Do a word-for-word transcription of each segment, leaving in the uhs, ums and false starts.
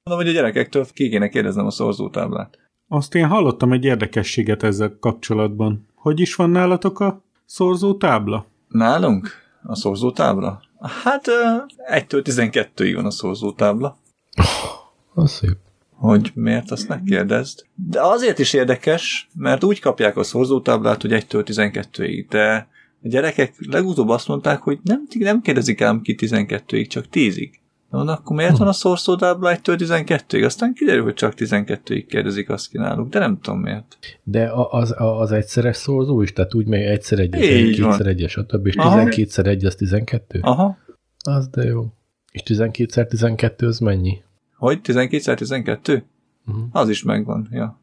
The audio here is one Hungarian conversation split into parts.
Mondom, hogy a gyerekektől ki kéne kérdeznem a szorzótáblát. Azt én hallottam egy érdekességet ezzel kapcsolatban. Hogy is van nálatok a szorzótábla? Nálunk? A szorzótábla? Hát egytől tizenkettőig van a szorzótábla. Az szép. Hogy miért, azt megkérdezd. De azért is érdekes, mert úgy kapják a szorzótáblát, hogy egytől tizenkettőig, de a gyerekek legutóbb azt mondták, hogy nem, nem kérdezik ám ki tizenkettőig, csak tízig. Na, akkor miért van a szorzótábla egytől tizenkettőig? Aztán kiderül, hogy csak tizenkettőig kérdezik azt ki náluk, de nem tudom miért. De az, az egyszeres szorzó is? Tehát úgy meg egyszer egyes, kétszer egyes, stb. És tizenkétszer egy az tizenkettő? Aha. Az de jó. És tizenkétszer tizenkettő az mennyi? Hogy? tizenkétszer tizenkettő? Uh-huh. Az is megvan, ja.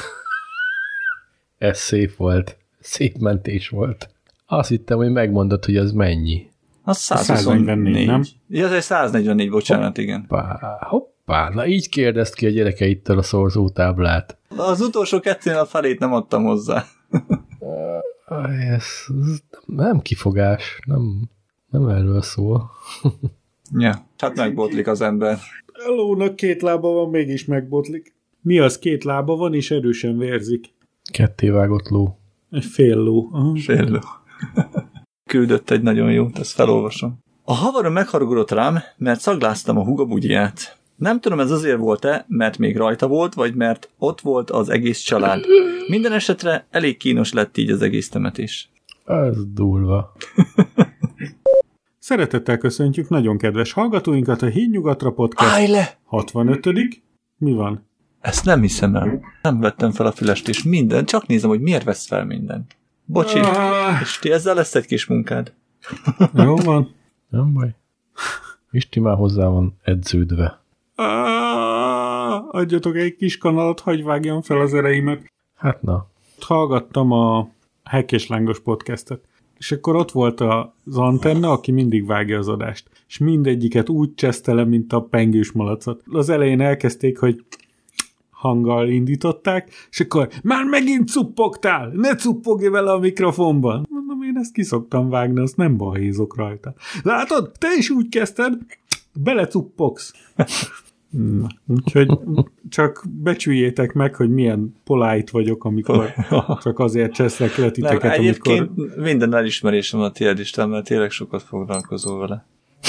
Ez szép volt. Szép mentés volt. Azt hittem, hogy megmondod, hogy az mennyi. Az száznegyvennégy, nem? Ja, ez egy száznegyvennégy, bocsánat, hoppá, igen. Hoppá, na így kérdezt ki a gyerekeittől a szorzótáblát. Az utolsó kettőnél a felét nem adtam hozzá. ez, ez nem kifogás, nem, nem erről szól. Ja, hát megbotlik az ember. A lónak két lába van, mégis megbotlik. Mi az, két lába van, és erősen vérzik? Kettévágott ló. Egy fél ló. Aha. Fél ló. Küldött egy nagyon jót, ezt felolvasom. A havarom megharagudott rám, mert szagláztam a húgabugyját. Nem tudom, ez azért volt-e, mert még rajta volt, vagy mert ott volt az egész család. Minden esetre elég kínos lett így az egész temetés. Ez durva. Szeretettel köszöntjük nagyon kedves hallgatóinkat a Hídnyugatra Podcast. Állj le! hatvanötödik Mi van? Ezt nem hiszem el. Nem vettem fel a fülest, és minden. Csak nézem, hogy miért vesz fel minden. Bocsi, ah. És ti ezzel lesz egy kis munkád. Jó van. Nem baj. Isti már hozzá van edződve. Ah, adjatok egy kis kanalat, hagyj vágjam fel az ereimet. Hát na. Hallgattam a Hack és Lángos podcastet, és akkor ott volt az Antenna, aki mindig vágja az adást. És mindegyiket úgy csesztele, mint a pengős malacot. Az elején elkezdték, hogy hanggal indították, és akkor már megint cuppogtál, ne cuppogj vele a mikrofonban. Mondom, én ezt kiszoktam vágni, azt nem balhézok rajta. Látod, te is úgy kezdted, belecuppogsz. Na, úgyhogy csak becsüljétek meg, hogy milyen polite vagyok, amikor csak azért cseszlek le titeket, nem, egyébként amikor... minden elismerésem a tiéd Isten, mert tényleg sokat foglalkozol vele.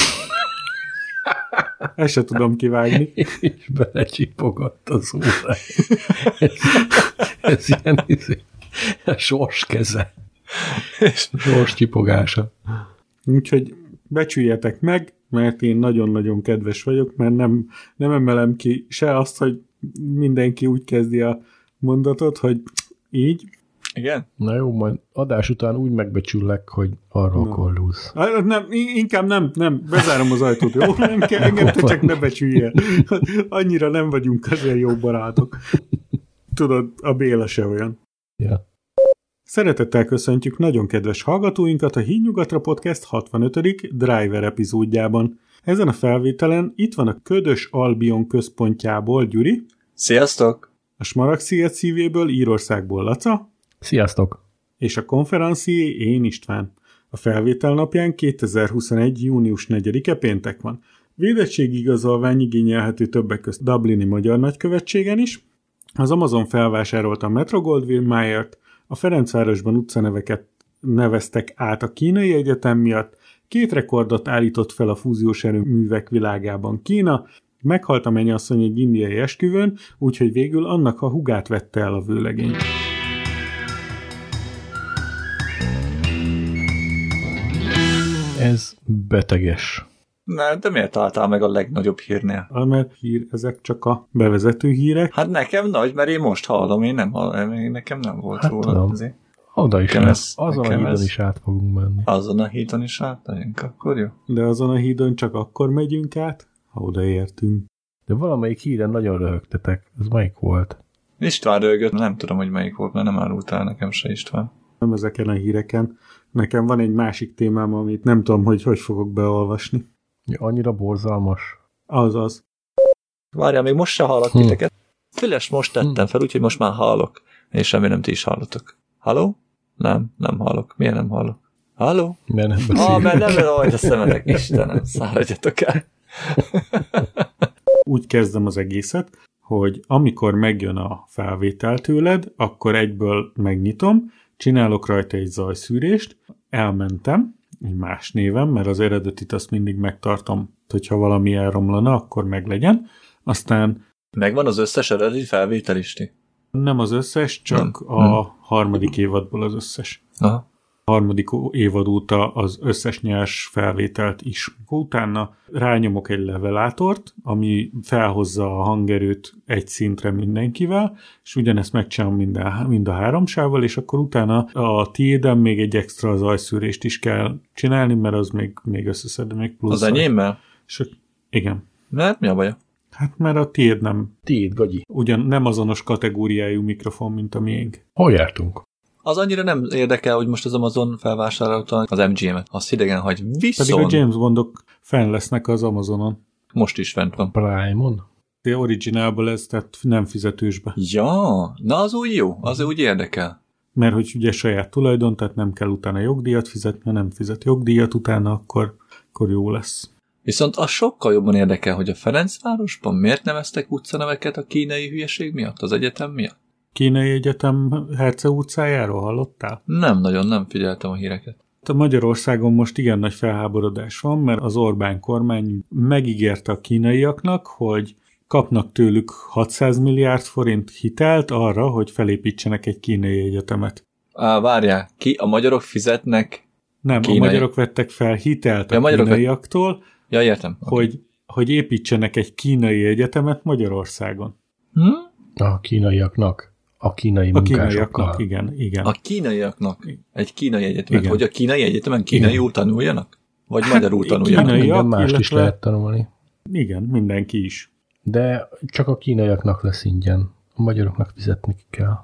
Ezt se tudom kivágni. És belecsipogott az óra. ez, ez ilyen izé, sors keze. Sors csipogása. Úgyhogy becsüljetek meg, mert én nagyon-nagyon kedves vagyok, mert nem, nem emelem ki se azt, hogy mindenki úgy kezdi a mondatot, hogy így. Igen? Na jó, majd adás után úgy megbecsüllek, hogy arra no. kollúsz. Nem, inkább nem, nem, bezárom az ajtót, jó? Nem kell, engem te csak ne becsülje. Annyira nem vagyunk azért jó barátok. Tudod, a Béla se olyan. Ja. Szeretettel köszöntjük nagyon kedves hallgatóinkat a Hídnyugatra Podcast hatvanötödik Driver epizódjában. Ezen a felvételen itt van a Ködös Albion központjából Gyuri. Sziasztok! A Smaragsziget szívéből Írországból Laca. Sziasztok! És a konferencié én István. A felvétel napján kétezer-huszonegy június negyedike péntek van. Védettségigazolvány igényelhető többek közt Dublini Magyar Nagykövetségen is. Az Amazon felvásárolta a Metro-Goldwyn-Mayert, a Ferencvárosban utcaneveket neveztek át a Kínai Egyetem miatt, két rekordot állított fel a fúziós erőművek világában Kína, meghalt a mennyasszony egy indiai esküvőn, úgyhogy végül annak a hugát vette el a vőlegény. Ez beteges. Na, de miért találtál meg a legnagyobb hírnél? Mert hír, ezek csak a bevezető hírek. Hát nekem nagy, mert én most hallom, én nem hallom, nekem nem volt hát róla. Oda is ez, azon a hídon ez, is át fogunk menni. Azon a hídon is átmegyünk, akkor jó? De azon a hídon csak akkor megyünk át, ha odaértünk. De valamelyik híren nagyon röhögtetek. Ez melyik volt? István röhögött, nem tudom, hogy melyik volt, mert nem árultál nekem se István. Nem ezeken a híreken. Nekem van egy másik témám, amit nem tudom, hogy hogy fogok beolvasni. Ja, annyira borzalmas. Azaz. Várjál, még most se hallok hm. titeket. Füles most tettem fel, úgyhogy most már hallok. És remélem ti is hallotok. Halló? Nem, nem hallok. Miért nem hallok? Halló? Miért nem beszél? Ah, mert nem olyan, hogy a szemetek. Istenem, száradjatok el. úgy kezdem az egészet, hogy amikor megjön a felvétel tőled, akkor egyből megnyitom, csinálok rajta egy zajszűrést, elmentem, egy más névem, mert az eredetit azt mindig megtartom, hogyha valami elromlana, akkor meglegyen. Aztán... Megvan az összes eredeti felvételisti? Nem az összes, csak nem. a nem. harmadik évadból az összes. Aha. A harmadik évad óta az összes nyers felvételt is. Utána rányomok egy levelátort, ami felhozza a hangerőt egy szintre mindenkivel, és ugyanezt megcsinálom mind a, mind a három sávval, és akkor utána a tiéden még egy extra zajszűrést is kell csinálni, mert az még, még összeszed, még plusz. Az enyémmel? És, igen. Mert mi a baja? Hát mert a tiéd nem. Tiéd, gagyi. Ugyan nem azonos kategóriájú mikrofon, mint a miénk. Hol jártunk? Az annyira nem érdekel, hogy most az Amazon felvásárolta az em gé em-et. Azt hidegen hagy. Viszont... Pedig a James Bondok fenn lesznek az Amazonon. Most is fent van. Prime-on? De originálból ez, tehát nem fizetősbe. Ja, na az úgy jó, az úgy érdekel. Mert hogy ugye saját tulajdon, tehát nem kell utána jogdíjat fizetni, mert nem fizet jogdíjat utána, akkor, akkor jó lesz. Viszont az sokkal jobban érdekel, hogy a Ferencvárosban miért neveztek utcaneveket a kínai hülyeség miatt, az egyetem miatt? Kínai Egyetem Herce utcájáról hallottál? Nem nagyon, nem figyeltem a híreket. A Magyarországon most igen nagy felháborodás van, mert az Orbán kormány megígérte a kínaiaknak, hogy kapnak tőlük hatszáz milliárd forint hitelt arra, hogy felépítsenek egy kínai egyetemet. Á, várjál, ki a magyarok fizetnek? Nem, kínai. A magyarok vettek fel hitelt ja, a kínaiaktól, vett... ja, értem. Hogy, okay. hogy építsenek egy kínai egyetemet Magyarországon. Hm? A kínaiaknak. A kínai a munkásokkal. Igen, igen. A kínaiaknak egy kínai egyetemet, igen. Hogy a kínai egyetemen kínaiul tanuljanak? Vagy hát, magyarul tanuljanak? Kínaiak, mást illetve... is lehet tanulni. Igen, mindenki is. De csak a kínaiaknak lesz ingyen. A magyaroknak fizetni kell.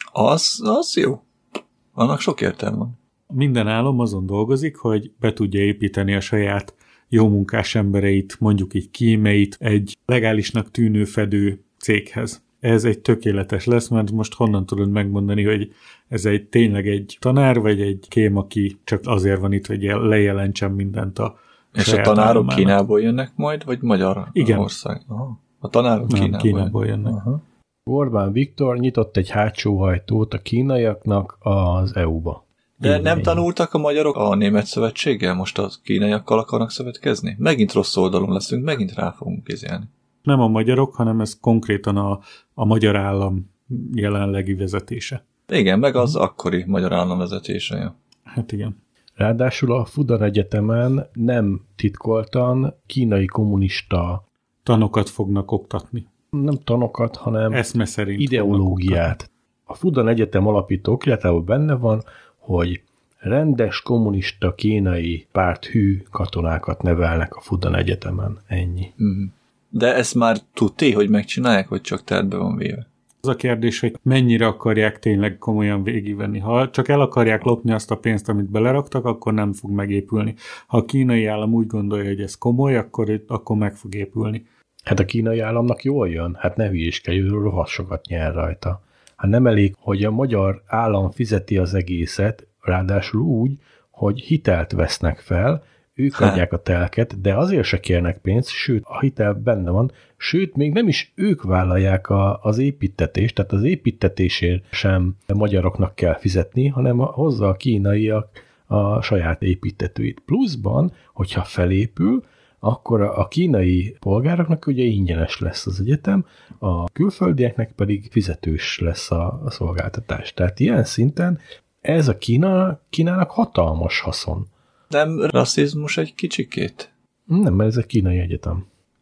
Az, az jó. Annak sok értelme van. Minden állam azon dolgozik, hogy be tudja építeni a saját jó munkás embereit, mondjuk egy kímeit egy legálisnak tűnő fedő céghez. Ez egy tökéletes lesz, mert most honnan tudod megmondani, hogy ez egy tényleg egy tanár, vagy egy kém, aki csak azért van itt, hogy lejelentsen mindent a és a tanárok állomának. Kínából jönnek majd, vagy Magyarország? Aha. A tanárok Nem, Kínából, Kínából jönnek. Aha. Orbán Viktor nyitott egy hátsó ajtót a kínaiaknak az é u-ba. De Én nem tanultak a magyarok a Német Szövetséggel? Most a kínaiakkal akarnak szövetkezni? Megint rossz oldalon leszünk, megint rá fogunk kézélni. Nem a magyarok, hanem ez konkrétan a, a magyar állam jelenlegi vezetése. Igen, meg az akkori magyar állam vezetése. Ja. Hát igen. Ráadásul a Fudan Egyetemen nem titkoltan kínai kommunista tanokat fognak oktatni. Nem tanokat, hanem eszme szerint ideológiát. A Fudan Egyetem alapító okletában benne van, hogy rendes kommunista kínai párthű katonákat nevelnek a Fudan Egyetemen. Ennyi. Mm. De ezt már tudti, hogy megcsinálják, vagy csak tervbe van véve? Az a kérdés, hogy mennyire akarják tényleg komolyan végigvenni. Ha csak el akarják lopni azt a pénzt, amit beleraktak, akkor nem fog megépülni. Ha a kínai állam úgy gondolja, hogy ez komoly, akkor, akkor meg fog épülni. Hát a kínai államnak jól jön, hát ne hülyéskedj, rohadt sokat nyer rajta. Hát nem elég, hogy a magyar állam fizeti az egészet, ráadásul úgy, hogy hitelt vesznek fel, ők hát. adják a telket, de azért se kérnek pénzt, sőt, a hitel benne van, sőt, még nem is ők vállalják a, az építtetést, tehát az építtetésért sem a magyaroknak kell fizetni, hanem a, hozzá a kínaiak a saját építtetőit. Pluszban, hogyha felépül, akkor a kínai polgároknak ugye ingyenes lesz az egyetem, a külföldieknek pedig fizetős lesz a, a szolgáltatás. Tehát ilyen szinten ez a Kína, Kínának hatalmas haszon. Nem rasszizmus egy kicsikét? Nem, mert ez egy kínai egyetem.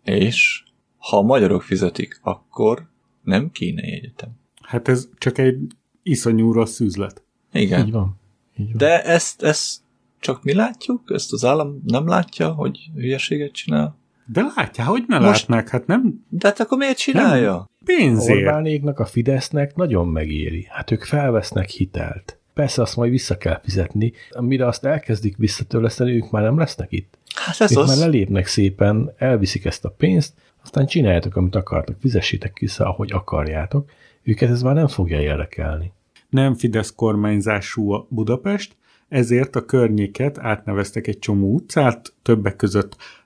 És ha a magyarok fizetik, akkor nem kínai egyetem. Hát ez csak egy iszonyú rossz üzlet. Igen. Így van. Így van. De ezt, ezt csak mi látjuk? Ezt az állam nem látja, hogy hülyeséget csinál? De látja, hogy ne Most... látnák, hát nem... De hát akkor miért csinálja? Nem. Pénzért. Orbánéknak, a Fidesznek nagyon megéri. Hát ők felvesznek hitelt. Persze azt majd vissza kell fizetni, mire azt elkezdik visszatörleszteni, ők már nem lesznek itt. Hát ez ők az... már lelépnek szépen, elviszik ezt a pénzt, aztán csináljátok, amit akartok, fizessétek vissza, ahogy akarjátok. Őket ez már nem fogja érdekelni. Nem Fidesz kormányzású a Budapest, ezért a környéket átneveztek egy csomó utcát, többek között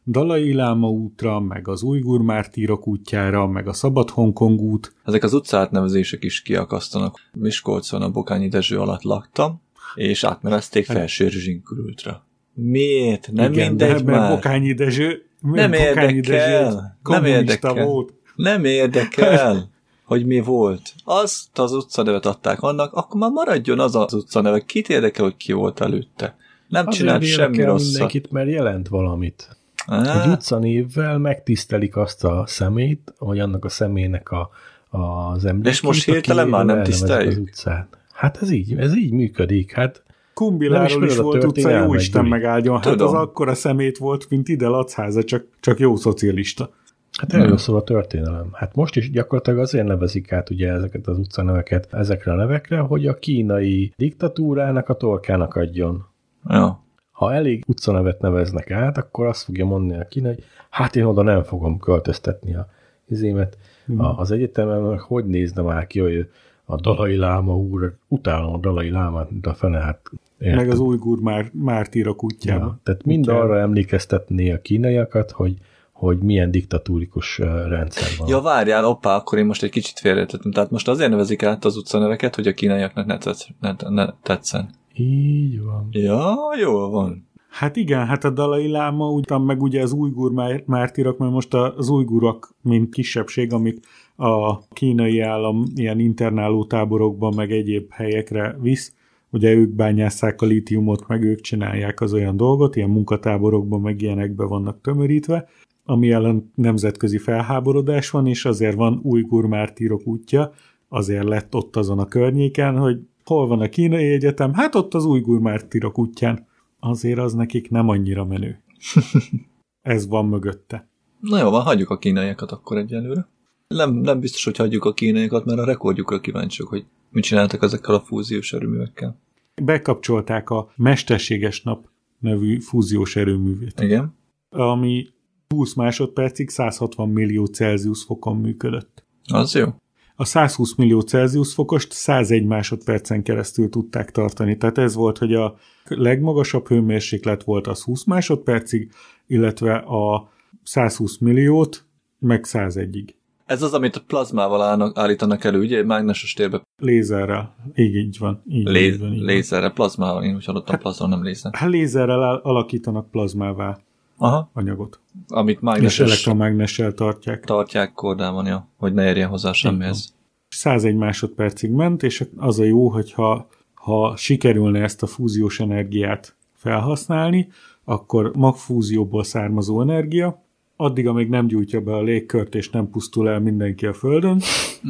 Dalai Láma útra, meg az ujgur mártírok útjára, meg a Szabad Hongkong út. Ezek az utcátnevezések is kiakasztanak. Miskolcon a Bokányi Dezső alatt laktam, és átnevezték Felsőerzsébetről. Miért? Nem igen, mindegy de már. Bokányi Dezső, Nem Bokányi Dezső érdekel. Nem érdekel. volt. Nem érdekel, hogy mi volt. Azt az utcanevet adták annak, akkor már maradjon az az utcaneve. Kit érdekel, hogy ki volt előtte? Nem Azért csinált semmi rosszat. mindenkit, mert jelent valamit. Á. Egy utcanévvel megtisztelik azt a szemét, vagy annak a személynek a, az emlékét. És most hirtelen már nem tiszteljük? Az utcán. Hát ez így, ez így működik. Hát Kumbiláról is volt utca, jó Isten megáldjon. Hát Tudom. az akkora szemét volt, mint ide Lacháza, csak, csak jó szocialista. Hát erről szól a történelem. Hát most is gyakorlatilag azért nevezik át ugye ezeket az utcaneveket ezekre a nevekre, hogy a kínai diktatúrának a torkának adjon. Ja. Ha elég utcanevet neveznek át, akkor azt fogja mondani a kínai, hát én oda nem fogom költöztetni a izémet. Mm. Az egyetemen meg hogy nézne már ki, hogy a Dalai Láma úr, utálom a Dalai Lámát, mint a fene, hát értem. Meg az ujgur már, mártírok útjába. Ja, tehát mind útjába. Arra emlékeztetné a kínaiakat, hogy hogy milyen diktatúrikus rendszer van. Ja, várjál, oppá, akkor én most egy kicsit félretettem. Tehát most azért nevezik át az utcaneveket, hogy a kínaiaknak ne, tetsz, ne, ne tetszen. Így van. Ja, jól van. Hát igen, hát a Dalai Láma, utána meg ugye az ujgur mártírok, mert most az ujgurok, mint kisebbség, amik a kínai állam ilyen internáló táborokban, meg egyéb helyekre visz, ugye ők bányásszák a lítiumot, meg ők csinálják az olyan dolgot, ilyen munkatáborokban, meg ilyenekben vannak tömörítve, ami ellen nemzetközi felháborodás van, és azért van ujgur mártírok útja, azért lett ott azon a környéken, hogy hol van a kínai egyetem, hát ott az ujgur mártírok útján. Azért az nekik nem annyira menő. Ez van mögötte. Na jó, van, hagyjuk a kínaiakat akkor egyelőre. Nem, nem biztos, hogy hagyjuk a kínaiakat, mert a rekordjukra kíváncsiak, hogy mit csináltak ezekkel a fúziós erőművekkel. Bekapcsolták a Mesterséges Nap nevű fúziós erőművét. Igen. Ami húsz másodpercig száz hatvan millió Celsius fokon működött. Az jó. A száz húsz millió Celsius fokost százegy másodpercen keresztül tudták tartani. Tehát ez volt, hogy a legmagasabb hőmérséklet volt az húsz másodpercig, illetve a száz húsz milliót meg százegyig. Ez az, amit a plazmával állnak, állítanak elő, ugye? Mágneses térbe. Lézerrel. Így, így van. Így, Lé- így van így lézerrel, van. Plazmával. Én úgy hallottam, hát, plazma, nem lézer. Hát lézerrel alakítanak plazmává Aha. anyagot. Amit mágneses... És elektromágnessel tartják. Tartják kordában, ja, hogy ne érjen hozzá semmihez. százegy másodpercig ment, és az a jó, hogyha ha sikerülne ezt a fúziós energiát felhasználni, akkor magfúzióból származó energia, addig, amíg nem gyújtja be a légkört, és nem pusztul el mindenki a Földön,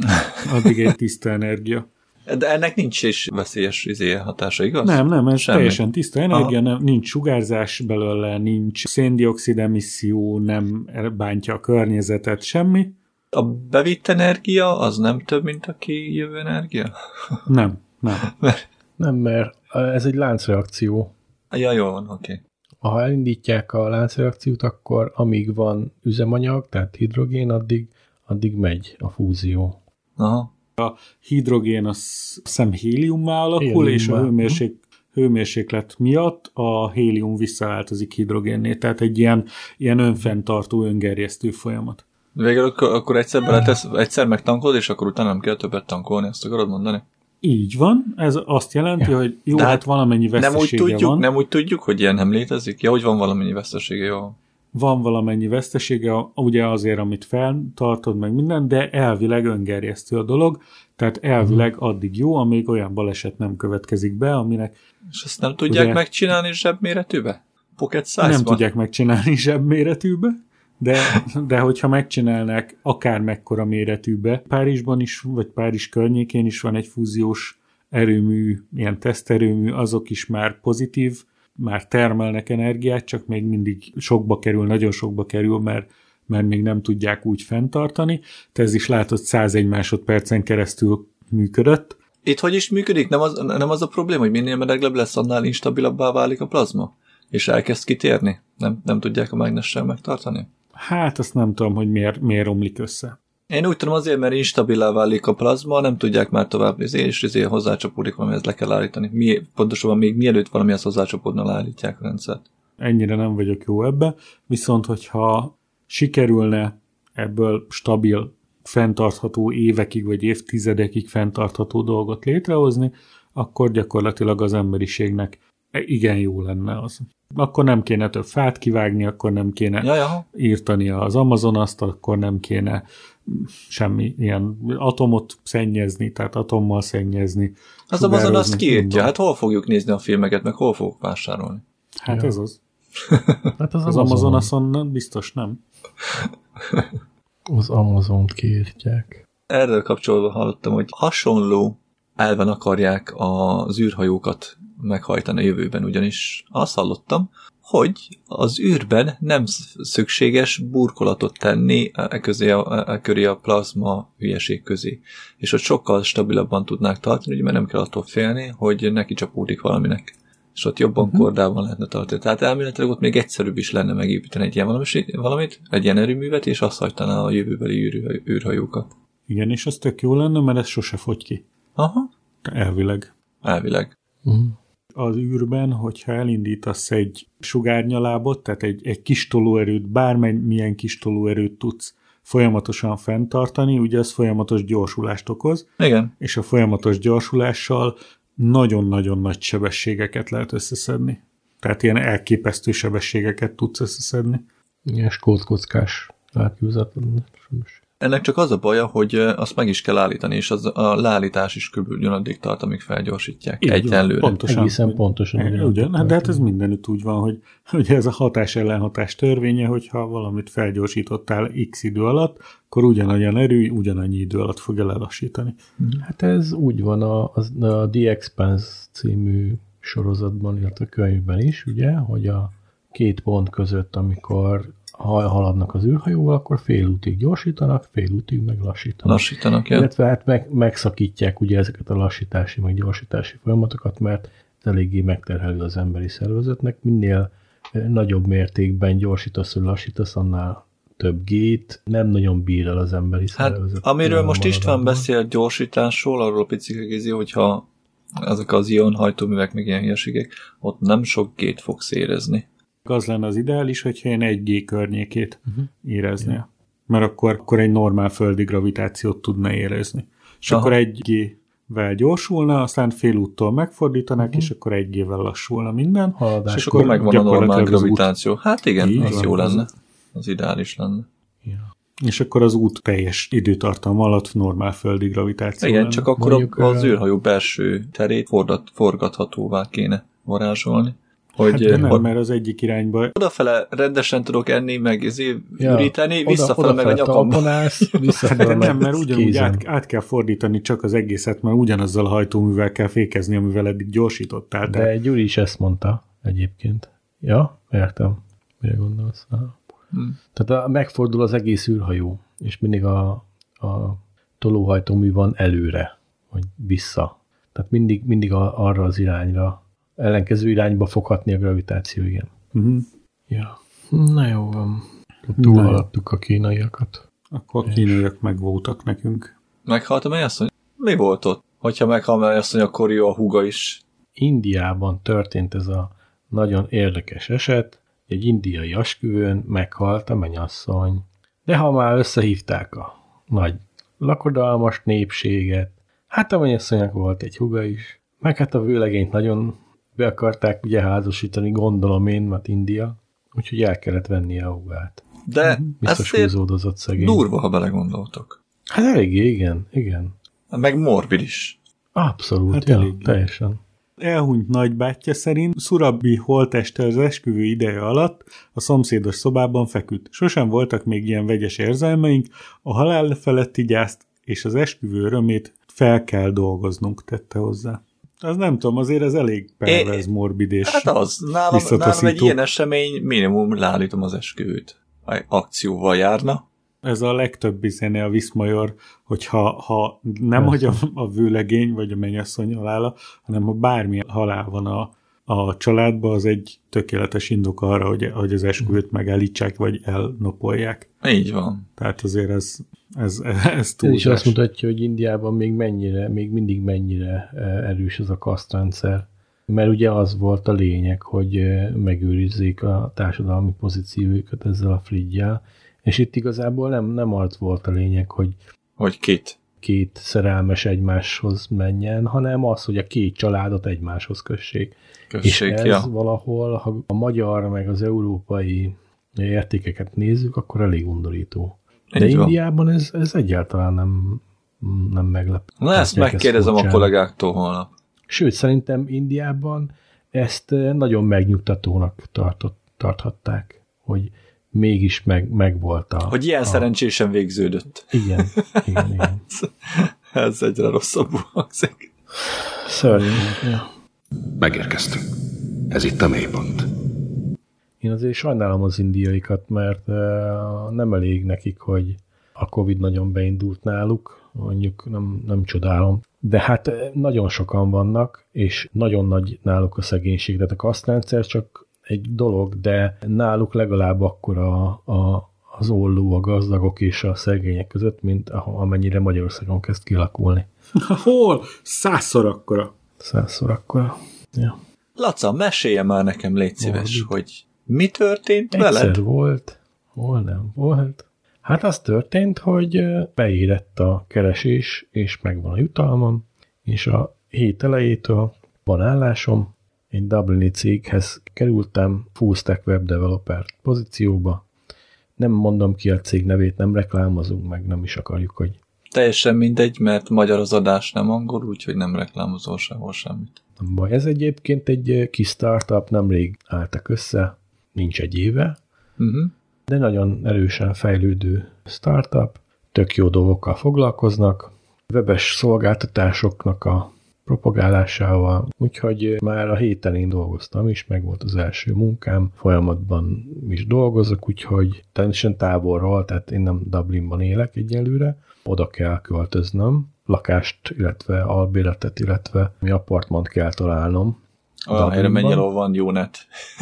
addig egy tiszta energia. De ennek nincs is veszélyes izé hatása, igaz? Nem, nem, ez Semmi. Teljesen tiszta energia, nem, nincs sugárzás belőle, nincs széndioxid emisszió, nem bántja a környezetet, semmi. A bevitt energia az nem több, mint a kijövő energia? Nem, nem. Nem, mert ez egy láncreakció. Ja, jól van, oké. Okay. Ha elindítják a láncreakciót, akkor amíg van üzemanyag, tehát hidrogén, addig, addig megy a fúzió. Aha. A hidrogén az szem héliummá alakul, héliummá. És a hőmérsék, hőmérséklet miatt a hélium visszaváltozik hidrogénné, tehát egy ilyen, ilyen önfenntartó, öngerjesztő folyamat. Végül akkor, akkor egyszer beletesz, egyszer megtankolod, és akkor utána nem kell többet tankolni, azt akarod mondani? Így van, ez azt jelenti, ja. hogy jó, de hát valamennyi vesztesége nem úgy tudjuk, van. Nem úgy tudjuk, hogy ilyen nem létezik? Ja, hogy van valamennyi vesztesége, jó. Van valamennyi vesztesége, ugye azért, amit feltartod meg minden, de elvileg öngerjesztő a dolog, tehát elvileg addig jó, amíg olyan baleset nem következik be, aminek... És ezt nem tudják ugye, megcsinálni zsebméretűbe? Pocket size-ban? Nem tudják megcsinálni zsebméretűbe, de, de hogyha megcsinálnák akár mekkora méretűbe, Párizsban is, vagy Párizs környékén is van egy fúziós erőmű, ilyen teszterőmű, azok is már pozitív, már termelnek energiát, csak még mindig sokba kerül, nagyon sokba kerül, mert, mert még nem tudják úgy fenntartani. Te ez is látod, százegy másodpercen keresztül működött. Itt hogy is működik? Nem az, nem az a probléma, hogy minél melegebb lesz, annál instabilabbá válik a plazma? És elkezd kitérni? Nem, nem tudják a mágnessel megtartani? Hát azt nem tudom, hogy miért, miért omlik össze. Én úgy tudom azért, mert instabilá válik a plazma, nem tudják már tovább, és ezért hozzácsapódik valamihez, le kell állítani. Mi, pontosabban még mielőtt valamihez hozzácsapódna, leállítják a rendszert. ennyire nem vagyok jó ebbe, viszont hogyha sikerülne ebből stabil, fenntartható évekig vagy évtizedekig fenntartható dolgot létrehozni, akkor gyakorlatilag az emberiségnek igen jó lenne az. Akkor nem kéne több fát kivágni, akkor nem kéne Jaja. írtani az Amazonast, akkor nem kéne semmi ilyen atomot szennyezni, tehát atommal szennyezni. Az Amazon azt kiírtja, hát hol fogjuk nézni a filmeket, meg hol fogjuk vásárolni? Hát ja. ez az. Hát az, az Amazon. Amazonason biztos nem. Az Amazont kiírtják. Erről kapcsolatban hallottam, hogy hasonló elven akarják az űrhajókat meghajtani a jövőben, ugyanis azt hallottam, hogy az űrben nem szükséges burkolatot tenni e, közé a, e köré a plazma hülyeség közé. És hogy sokkal stabilabban tudnák tartani, ugye, mert nem kell attól félni, hogy neki csapódik valaminek. És ott jobban uh-huh. kordában lehetne tartani. Tehát elméletileg ott még egyszerűbb is lenne megépíteni egy ilyen valamit, egy ilyen erőművet, és azt hajtaná a jövőbeli űrhajókat. Igen, és az tök jó lenne, mert ez sose fogy ki. Aha. Elvileg. Elvileg. Uh-huh. Az űrben, hogyha elindítasz egy sugárnyalábot, tehát egy, egy kis tolóerőt, bármilyen kis tolóerőt tudsz folyamatosan fenntartani, ugye az folyamatos gyorsulást okoz. Igen. És a folyamatos gyorsulással nagyon-nagyon nagy sebességeket lehet összeszedni. Tehát ilyen elképesztő sebességeket tudsz összeszedni. Ilyen skótkockás átjúzatlan. Ennek csak az a baja, hogy azt meg is kell állítani, és az, a leállítás is kb. Ugyanaddig tart, amíg felgyorsítják. Egyenlőre. Pontosan. Egészen pontosan. E, ugyan, de hát ez mindenütt úgy van, hogy, hogy ez a hatás-ellenhatás törvénye, hogyha valamit felgyorsítottál x idő alatt, akkor ugyanolyan erő, ugyanannyi idő alatt fog lelassítani. Hát ez úgy van a, a, a The Expanse című sorozatban, illetve a könyvben is, ugye, hogy a két pont között, amikor ha haladnak az űrhajóval, akkor fél útig gyorsítanak, fél útig meg lassítanak. Lassítanak, ja. Illetve hát meg, megszakítják ugye ezeket a lassítási, meg gyorsítási folyamatokat, mert ez eléggé megterhelő az emberi szervezetnek. Minél nagyobb mértékben gyorsítasz, hogy lassítasz, annál több gét nem nagyon bír el az emberi hát, szervezet. Amiről most István beszél gyorsításról, arról picike kézi, hogyha azok az ionhajtóművek, meg ilyen hülyeségek, ott nem sok gét fogsz érezni. Az lenne az ideális, hogyha én egy G környékét uh-huh. éreznél. Yeah. Mert akkor, akkor egy normál földi gravitációt tudna érezni. És aha. akkor egy G-vel gyorsulna, aztán fél úttól megfordítanák, uh-huh. és akkor egy G-vel lassulna minden. Haladás. És akkor megvan a normál gravitáció. Hát igen, így az van, jó lenne. Az ideális lenne. Ja. És akkor az út teljes időtartam alatt normál földi gravitáció igen, lenne. Csak akkor mondjuk, az űrhajó belső terét forgat, forgathatóvá kéne varázsolni. Hogy, hát de nem, hogy mert az egyik irányba... Odafele rendesen tudok enni, meg ja, üríteni, visszafele meg a nyakamban. Hát de nem, mert ugyanúgy át, át kell fordítani csak az egészet, mert ugyanazzal a hajtóművel kell fékezni, amivel eddig gyorsítottál. De tehát... Gyuri is ezt mondta egyébként. Ja, értem. Mire gondolsz? Hmm. Tehát a, megfordul az egész űrhajó, és mindig a, a tolóhajtómű van előre, vagy vissza. Tehát mindig, mindig a, arra az irányra ellenkező irányba foghatni a gravitáció, igen. Uh-huh. Ja. Na jó van. Túlhaladtuk a kínaiakat. Akkor a kínaiak megvoltak nekünk. Meghalt a mennyasszony? Mi volt ott? Hogyha meghal a mennyasszony, akkor jó a húga is. Indiában történt ez a nagyon érdekes eset. Egy indiai esküvőn meghalt a mennyasszony. De ha már összehívták a nagy lakodalmas népséget, hát a mennyasszonynak volt egy húga is. Meg hát a vőlegényt nagyon be akarták ugye házasítani, gondolom én, mert India, úgyhogy el kellett vennie a húgát. De biztos húzódozott szegény. Durva, ha belegondoltok. Hát eléggé, igen, igen. Meg morbid is. Abszolút, hát ja, elég. Teljesen. Elhunyt nagybátyja szerint Surabhi holtteste az esküvő ideje alatt a szomszédos szobában feküdt. Sosem voltak még ilyen vegyes érzelmeink, a halál feletti gyászt és az esküvő örömét fel kell dolgoznunk, tette hozzá. Az nem tudom, azért ez elég perverz, morbid és hát az, nálam, nálam egy ilyen esemény minimum leállítom az esküvőt. Akcióval járna. Ez a legtöbb izéne a Viszmajor, hogyha ha nem hogy a, a vőlegény vagy a mennyasszony halála, hanem ha bármi halál van a, a családban, az egy tökéletes indok arra, hogy, hogy az esküvőt megállítsák, vagy elnapolják. Így van. Tehát azért ez, ez, ez túl. Ez is azt mutatja, hogy Indiában még mennyire, még mindig mennyire erős ez a kasztrendszer. mert ugye az volt a lényeg, hogy megőrizzék a társadalmi pozíciójukat ezzel a Fridgyel, és itt igazából nem, nem az volt a lényeg, hogy hogy kit? két szerelmes egymáshoz menjen, hanem az, hogy a két családot egymáshoz kössék. kössék és ez ja. valahol, ha a magyar meg az európai értékeket nézzük, akkor elég undorító. De Így Indiában ez, ez egyáltalán nem, nem meglepő. Na ezt megkérdezem a kollégáktól holnap. Sőt, szerintem Indiában ezt nagyon megnyugtatónak tartott, tarthatták, hogy mégis meg, meg volt a... Hogy ilyen a... szerencsésen végződött. Igen, igen, igen. Ez egyre rosszabbul hangzik. Szörnyű. Ja. Megérkeztünk. Ez itt a mélypont. Én azért sajnálom az indiaikat, mert uh, nem elég nekik, hogy a Covid nagyon beindult náluk, mondjuk nem, nem csodálom. De hát nagyon sokan vannak, és nagyon nagy náluk a szegénység. Tehát a kasztrendszer csak egy dolog, de náluk legalább akkora a, az olló a gazdagok és a szegények között, mint amennyire Magyarországon kezd kialakulni. Hol? Százszor akkora. Százszor akkora. Ja. Laca, mesélje már nekem, légy szíves, Hol, hogy mi történt Egyszer veled? Egyszer volt, hol nem volt. Hát az történt, hogy beérett a keresés, és megvan a jutalmam, és a hét elejétől van állásom, egy dublini céghez kerültem, full stack web developer pozícióba. Nem mondom ki a cég nevét, nem reklámozunk, meg nem is akarjuk, hogy... Teljesen mindegy, mert magyar az adás, nem angol, úgyhogy nem reklámozol sehol semmit. Nem baj. Ez egyébként egy kis startup, nemrég álltak össze, nincs egy éve, uh-huh. de nagyon erősen fejlődő startup, tök jó dolgokkal foglalkoznak, webes szolgáltatásoknak a propagálásával, úgyhogy már a héten én dolgoztam is, meg volt az első munkám, folyamatban is dolgozok, úgyhogy természetesen távolról, tehát én nem Dublinban élek egyelőre, oda kell költöznöm, lakást, illetve albéletet, illetve mi apartmant kell találnom. Olyan helyre menj el, van jó net.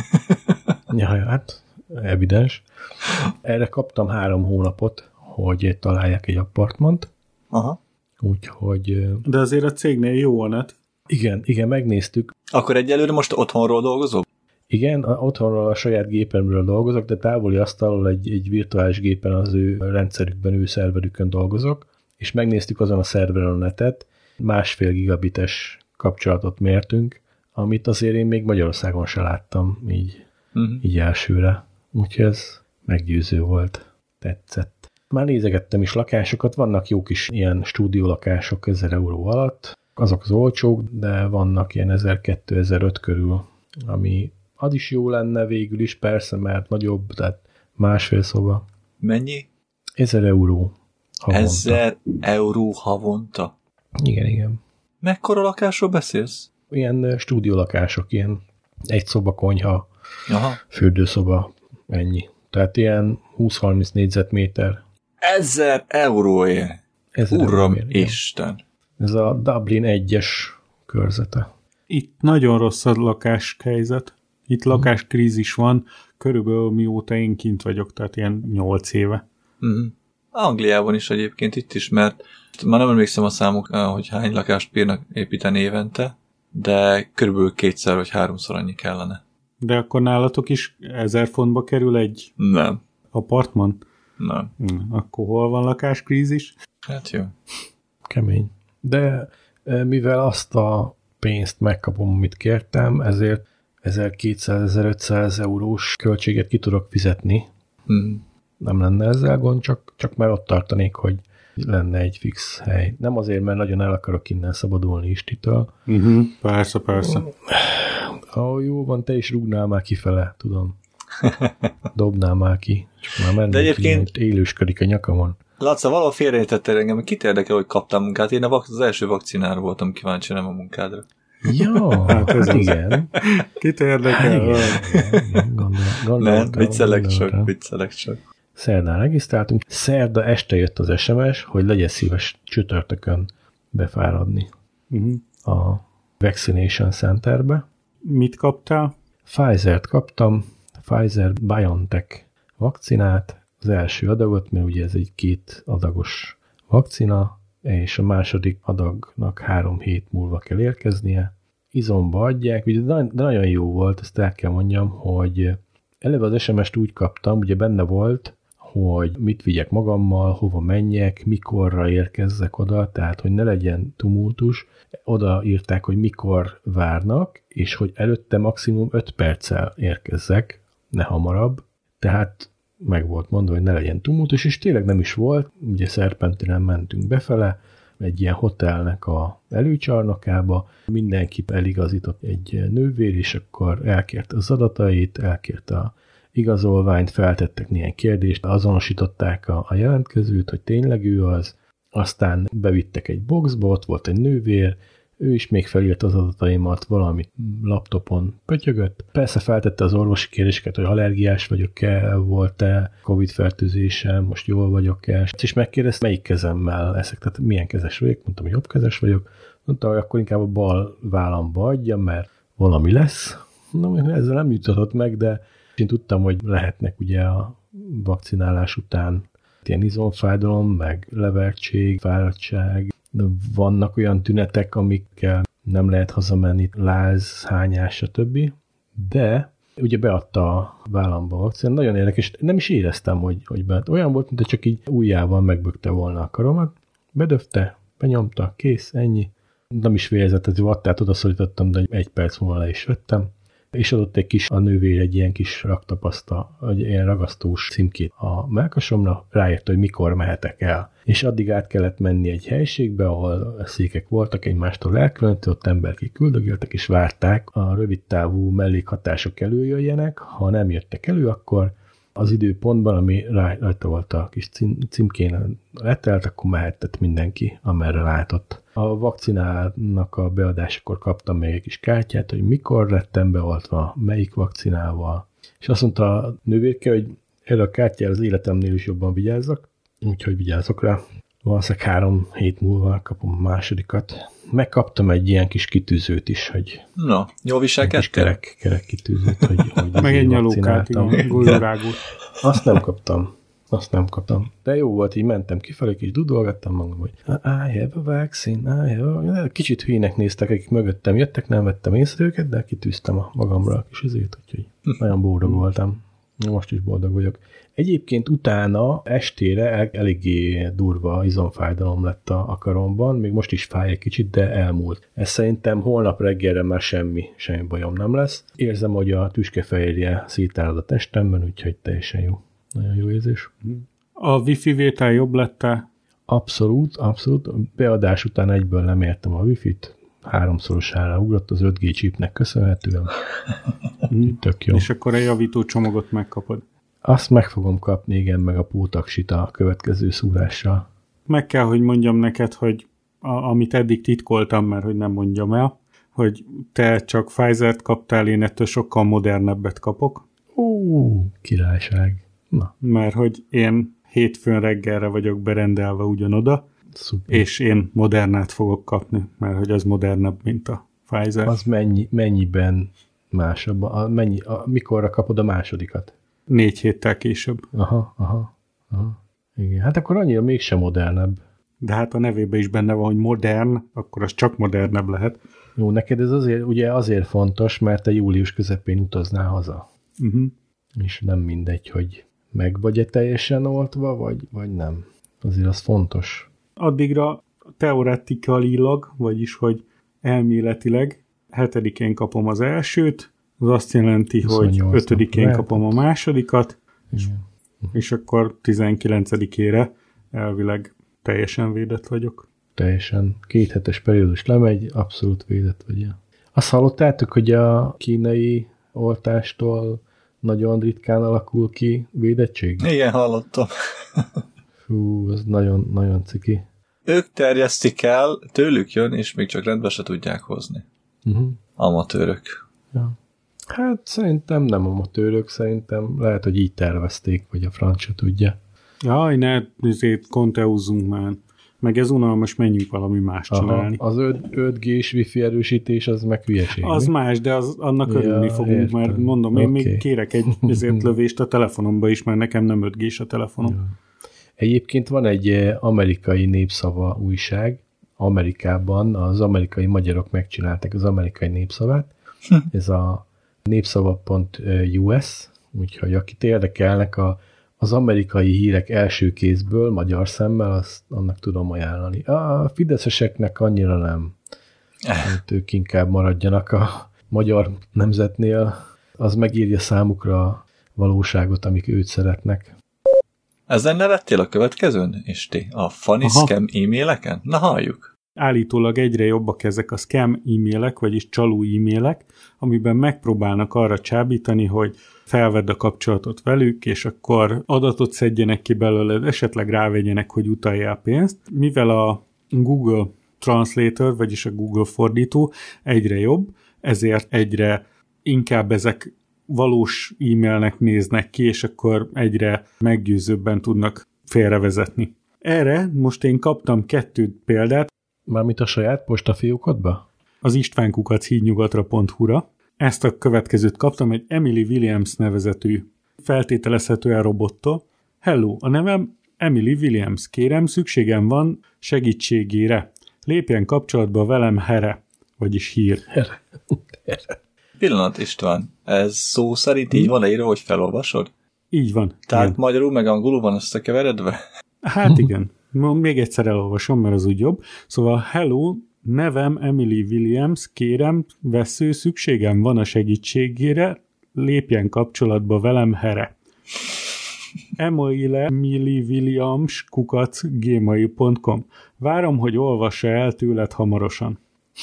Ja, hát evidens. Erre kaptam három hónapot, hogy találják egy apartmant. Aha. Úgyhogy... De azért a cégnél jó a net. Igen, igen, megnéztük. Akkor egyelőre most otthonról dolgozol? Igen, otthonról a saját gépemről dolgozok, de távoli asztalról egy, egy virtuális gépen az ő rendszerükben, ő szerverükön dolgozok, és megnéztük azon a szerveren a netet, másfél gigabites kapcsolatot mértünk, amit azért én még Magyarországon se láttam így, uh-huh. így elsőre. Úgyhogy ez meggyőző volt, tetszett. Már nézegettem is lakásokat, vannak jó kis ilyen stúdiólakások ezer euró alatt, azok az olcsók, de vannak ilyen ezer-kétezer-öt körül, ami az is jó lenne végül is, persze, mert nagyobb, tehát másfél szoba. Mennyi? Ezer euró havonta. Ezer euró havonta? Igen, igen. Mekkora lakásról beszélsz? Ilyen stúdiólakások, ilyen egy szoba, konyha, Aha. fürdőszoba, ennyi. Tehát ilyen húsz-harminc négyzetméter. Ezer euróért. Ezer Uram euróért, Isten. Ez a Dublin egyes körzete. Itt nagyon rossz a lakáshelyzet. Itt hmm. lakáskrízis van, körülbelül mióta én kint vagyok, tehát ilyen nyolc éve. Mm. Angliában is egyébként itt is, mert már nem emlékszem a számok, hogy hány lakást bírnak építeni évente, de körülbelül kétszer vagy háromszor annyi kellene. De akkor nálatok is ezer fontba kerül egy nem. apartman? Nem. Hmm. Akkor hol van lakáskrízis? Hát jó. Kemény. De mivel azt a pénzt megkapom, amit kértem, ezért ezerkétszáz-ezerötszáz eurós költséget ki tudok fizetni. Mm. Nem lenne ezzel gond, csak, csak már ott tartanék, hogy lenne egy fix hely. Nem azért, mert nagyon el akarok innen szabadulni Istitől. Uh-huh. Persze, persze. Oh, jó van, te is rúgnál már kifele, tudom. Dobnál már ki. Csak már mennék. De egyébként ki, élősködik a nyakamon. Laca, valahol félreértettél engem, kit érdekel, hogy kaptam munkát. Én az első vakcinára voltam kíváncsi, nem a munkádra. Ja, hát ez igen. Kit érdekel? Gondol, gondol, nem, viccelek csak, viccelek csak. Szerdán regisztráltunk. Szerda este jött az es em es, hogy legyen szíves csütörtökön befáradni uh-huh. a Vaccination Centerbe. Mit kaptál? Pfizer-t kaptam, Pfizer-BioNTech vakcinát, az első adagot, mert ugye ez egy két adagos vakcina, és a második adagnak három hét múlva kell érkeznie. izomba adják, ugye, de nagyon jó volt, ezt el kell mondjam, hogy eleve az es em est úgy kaptam, ugye benne volt, hogy mit vigyek magammal, hova menjek, mikorra érkezzek oda, tehát hogy ne legyen tumultus. Oda írták, hogy mikor várnak, és hogy előtte maximum öt perccel érkezzek, ne hamarabb. Tehát meg volt mondva, hogy ne legyen tumultus, és tényleg nem is volt. Ugye Szerpentinen mentünk befele, egy ilyen hotelnek a előcsarnokába, mindenki eligazított egy nővér, és akkor elkérte az adatait, elkérte a igazolványt, feltettek néhány kérdést, azonosították a, a jelentkezőt, hogy tényleg ő az, aztán bevittek egy boxba, ott volt egy nővér, ő is még felírt az adataimat, valamit laptopon pötyögött. Persze feltette az orvosi kérdéseket, hogy allergiás vagyok-e, volt-e Covid-fertőzésem, most jól vagyok-e, és megkérdezte, melyik kezemmel eszek, tehát milyen kezes vagyok, mondtam, hogy jobb kezes vagyok, mondta, hogy akkor inkább a bal vállamba adjam, mert valami lesz. Na, ezzel nem jutatott meg, de én tudtam, hogy lehetnek ugye a vakcinálás után ilyen izomfájdalom, meg levertség, fáradtság, de vannak olyan tünetek, amikkel nem lehet hazamenni, láz, hányás, stb. De ugye beadta a vállamba a vakcinát, nagyon érdekes, nem is éreztem, hogy, hogy beadta. Olyan volt, mint csak így ujjával megbökte volna a karomat, bedöfte, benyomta, kész, ennyi. Nem is vérzett, hogy vattát odaszorítottam, de egy perc múlva le is vettem. És adott egy kis, a nővér egy ilyen kis raktapaszta, egy ilyen ragasztós címkét a mellkasomra, rájött, hogy mikor mehetek el. És addig át kellett menni egy helységbe, ahol a székek voltak egymástól elkülönítve, ott emberkék küldögéltek, és várták, a rövidtávú mellékhatások előjöjjenek, ha nem jöttek elő, akkor az időpontban, ami rajta volt a kis címkén letelt, akkor mehetett mindenki, amerre látott. A vakcinának a beadásakor kaptam még egy kis kártyát, hogy mikor lettem beoltva, melyik vakcinával. És azt mondta a nővérke, hogy erre a kártyára az életemnél is jobban vigyázzak, úgyhogy vigyázzok rá. Valószínűleg három hét múlva kapom a másodikat. Megkaptam egy ilyen kis kitűzőt is, hogy... Na, jól viselkedtél? Kerek, kerek kitűzőt, hogy, hogy meg egy nyalókát, igen, golyórágút. Azt nem kaptam. Azt nem kaptam. De jó volt, így mentem kifelé, és dudolgattam magam, hogy I have a vaccine, I have a... Kicsit hülyének néztek, akik mögöttem jöttek, nem vettem észre őket, de kitűztem a magamra a kis ezért, úgyhogy nagyon boldog voltam. Most is boldog vagyok. Egyébként utána estére el, eléggé durva izomfájdalom lett a, a karomban, még most is fáj egy kicsit, de elmúlt. Ez szerintem holnap reggelre már semmi, semmi bajom nem lesz. Érzem, hogy a tüskefehérje szétárad a testemben, úgyhogy teljesen jó. Nagyon jó érzés. A wifi vétel jobb lett-e? Abszolút, abszolút. Beadás után egyből lemértem a wifit, háromszorosára ugrott az öt G chipnek köszönhetően. Tök jó. És akkor a javító csomagot megkapod. Azt meg fogom kapni, igen, meg a pótaksit a következő szúrással. Meg kell, hogy mondjam neked, hogy a, amit eddig titkoltam, mert hogy nem mondjam el, hogy te csak Pfizer-t kaptál, én ettől sokkal modernebbet kapok. Ó, királyság. Na. Mert hogy én hétfőn reggelre vagyok berendelve ugyanoda, szuper. És én Modernát fogok kapni, mert hogy az modernebb, mint a Pfizer. Az mennyi, mennyiben másabb? A, mennyi, a, mikorra kapod a másodikat? Négy héttel később. Aha, aha, aha. Igen. Hát akkor annyira mégsem modernebb. De hát a nevében is benne van, hogy modern, akkor az csak modernebb lehet. Jó, neked ez azért, ugye azért fontos, mert te július közepén utaznál haza. Uh-huh. És nem mindegy, hogy meg vagy-e teljesen oltva, vagy, vagy nem. Azért az fontos. Addigra teoretikailag, vagyis hogy elméletileg hetedikén kapom az elsőt, az azt jelenti, hogy ötödikén kapom a másodikat, és, és akkor tizenkilencedikére elvileg teljesen védett vagyok. Teljesen. Két hetes periódus lemegy, abszolút védett vagy. Azt hallottátok, hogy a kínai oltástól nagyon ritkán alakul ki védettség? Igen, hallottam. Fú, ez nagyon, nagyon ciki. Ők terjesztik el, tőlük jön, és még csak rendbe se tudják hozni. Uh-huh. Amatőrök. Ja. Hát szerintem nem amatőrök, szerintem lehet, hogy így tervezték, vagy a franc se tudja. Jaj, ne, ezért konteúzzunk már. Meg ez unalmas, menjünk valami más csinálni. Aha, az öt G-s wifi erősítés, az meg hülyeség. Az mi? Más, de az, annak ja, örülni fogunk, értem. Mert mondom, én okay. még kérek egy ezért lövést a telefonomba is, mert nekem nem öt G-s a telefonom. Ja. Egyébként van egy amerikai népszava újság, Amerikában az amerikai magyarok megcsinálták az amerikai népszavát. Hm. Ez a népszava pont u es, úgyhogy akit érdekelnek a, az amerikai hírek első kézből, magyar szemmel, azt annak tudom ajánlani. A fideszeseknek annyira nem. Hát ők inkább maradjanak a magyar nemzetnél, az megírja számukra a valóságot, amik őt szeretnek. Ezen nevettél a következőn, Isti? A funny Aha. scam e-maileken? Na halljuk. Állítólag egyre jobbak ezek a scam e-mailek, vagyis csaló e-mailek, amiben megpróbálnak arra csábítani, hogy felvedd a kapcsolatot velük, és akkor adatot szedjenek ki belőled, esetleg rávegyenek, hogy utaljál pénzt. Mivel a Google Translator, vagyis a Google fordító egyre jobb, ezért egyre inkább ezek valós e-mailnek néznek ki, és akkor egyre meggyőzőbben tudnak félrevezetni. Erre most én kaptam kettő példát. Mármint a saját postafiókodba? Az istvánkukac hídnyugatra pont hu-ra. Ezt a következőt kaptam egy Emily Williams nevezetű feltételezhetően robottól. Hello, a nevem Emily Williams. Kérem, szükségem van segítségére. Lépjen kapcsolatba velem here, vagyis hír. Here. Here. Pillanat, István. Ez szó szerint így hm? van írva, hogy felolvasod? Így van. Tehát igen. Magyarul meg angolul van összekeveredve? Hát igen. Még egyszer elolvasom, mert az úgy jobb. Szóval hello, nevem Emily Williams, kérem, vesző, szükségem van a segítségére, lépjen kapcsolatba velem here. Emily Williams kukac gmail pont com. Várom, hogy olvassa el tőled hamarosan.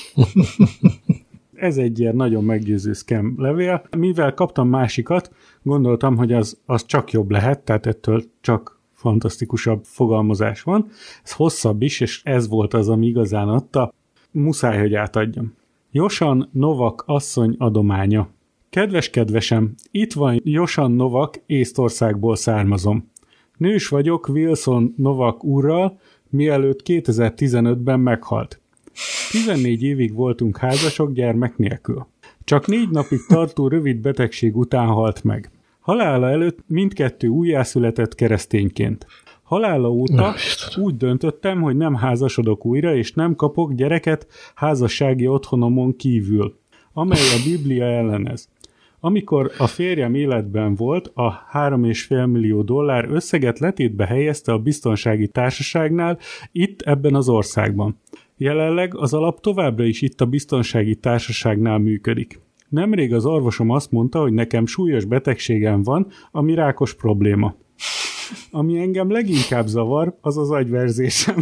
Ez egy ilyen nagyon meggyőző scam levél. Mivel kaptam másikat, gondoltam, hogy az, az csak jobb lehet, tehát ettől csak fantasztikusabb fogalmazás van. Ez hosszabb is, és ez volt az, ami igazán adta. Muszáj, hogy átadjam. Josan Novak asszony adománya. Kedves kedvesem, itt van Josan Novak, Észtországból származom. Nős vagyok Wilson Novak úrral, mielőtt kétezer-tizenötben meghalt. tizennégy évig voltunk házasok gyermek nélkül. Csak négy napig tartó rövid betegség után halt meg. Halála előtt mindkettő újjászületett keresztényként. Halála óta úgy döntöttem, hogy nem házasodok újra, és nem kapok gyereket házassági otthonomon kívül, amely a Biblia ellenez. Amikor a férjem életben volt, a három és fél millió dollár összeget letétbe helyezte a biztonsági társaságnál itt ebben az országban. Jelenleg az alap továbbra is itt a biztonsági társaságnál működik. Nemrég az orvosom azt mondta, hogy nekem súlyos betegségem van, ami rákos probléma. Ami engem leginkább zavar, az az agyverzésem.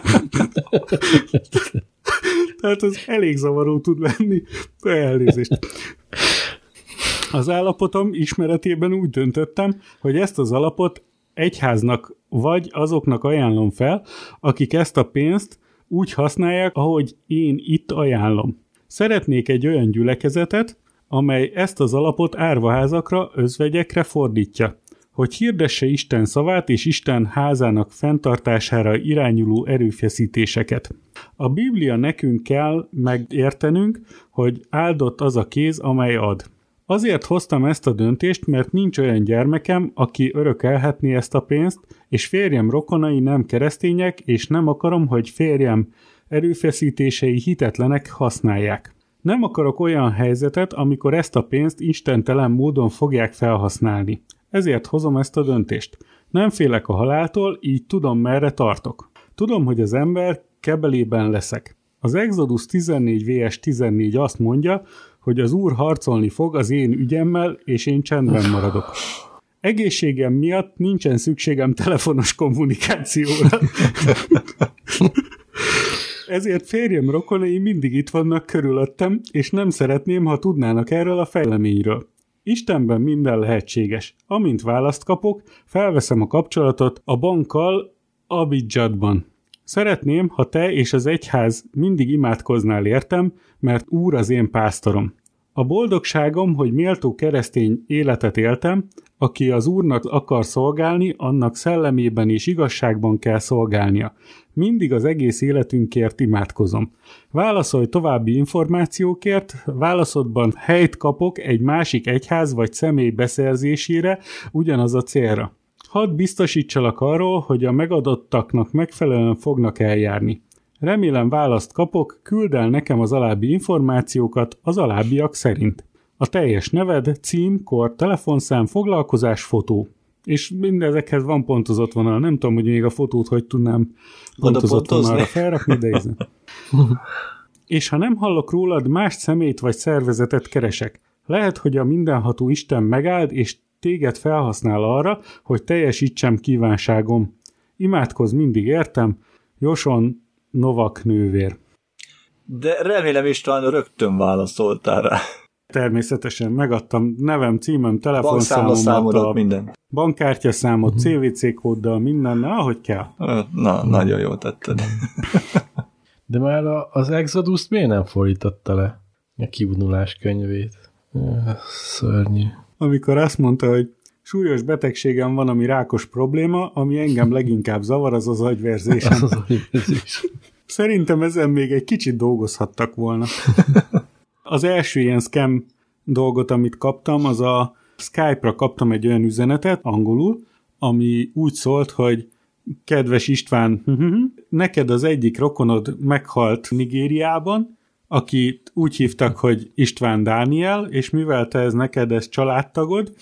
Tehát ez elég zavaró tud lenni. Elnézést. Az állapotom ismeretében úgy döntöttem, hogy ezt az alapot egyháznak vagy azoknak ajánlom fel, akik ezt a pénzt úgy használják, ahogy én itt ajánlom. Szeretnék egy olyan gyülekezetet, amely ezt az alapot árvaházakra, özvegyekre fordítja, hogy hirdesse Isten szavát és Isten házának fenntartására irányuló erőfeszítéseket. A Biblia nekünk kell megértenünk, hogy áldott az a kéz, amely ad. Azért hoztam ezt a döntést, mert nincs olyan gyermekem, aki örökelhetné ezt a pénzt, és férjem rokonai nem keresztények, és nem akarom, hogy férjem erőfeszítései hitetlenek használják. Nem akarok olyan helyzetet, amikor ezt a pénzt istentelen módon fogják felhasználni. Ezért hozom ezt a döntést. Nem félek a haláltól, így tudom, merre tartok. Tudom, hogy az ember kebelében leszek. Az Exodus tizennégy verse tizennégy azt mondja, hogy az Úr harcolni fog az én ügyemmel, és én csendben maradok. Egészségem miatt nincsen szükségem telefonos kommunikációra. Ezért férjem rokonai mindig itt vannak körülöttem, és nem szeretném, ha tudnának erről a fejleményről. Istenben minden lehetséges. Amint választ kapok, felveszem a kapcsolatot a bankkal Abidjadban. Szeretném, ha te és az egyház mindig imádkoznál értem, mert Úr az én pásztorom. A boldogságom, hogy méltó keresztény életet éltem, aki az Úrnak akar szolgálni, annak szellemében és igazságban kell szolgálnia. Mindig az egész életünkért imádkozom. Válaszolj további információkért, válaszodban helyt kapok egy másik egyház vagy személy beszerzésére ugyanaz a célra. Hadd biztosítsalak arról, hogy a megadottaknak megfelelően fognak eljárni. Remélem választ kapok, küld el nekem az alábbi információkat az alábbiak szerint. A teljes neved, cím, kor, telefonszám, foglalkozás, fotó. És mindezekhez van pontozott vonal. Nem tudom, hogy még a fotót hogy tudnám pontozott vonalra felrakni, de ez. És ha nem hallok rólad, más személyt vagy szervezetet keresek. Lehet, hogy a mindenható Isten megáld, és téged felhasznál arra, hogy teljesítsem kívánságom. Imádkozz mindig, értem? Joson Novak nővér. De remélem István rögtön válaszoltál rá. Természetesen megadtam nevem, címem, telefonszámomat, minden. bankkártyaszámot, uh-huh. cé vé cé kóddal, minden, ahogy kell. Na, nagyon jól tetted. De már az Exodus-t miért nem fordította le? A kivonulás könyvét. Szörnyű. Amikor azt mondta, hogy súlyos betegségem van, ami rákos probléma, ami engem leginkább zavar, az az agyverzésem. Az az agyverzés. Szerintem ezen még egy kicsit dolgozhattak volna. Az első ilyen scam dolgot, amit kaptam, az a Skype-ra kaptam egy olyan üzenetet, angolul, ami úgy szólt, hogy kedves István, neked az egyik rokonod meghalt Nigériában, akit úgy hívtak, hogy István Dániel, és mivel te ez neked ez családtagod,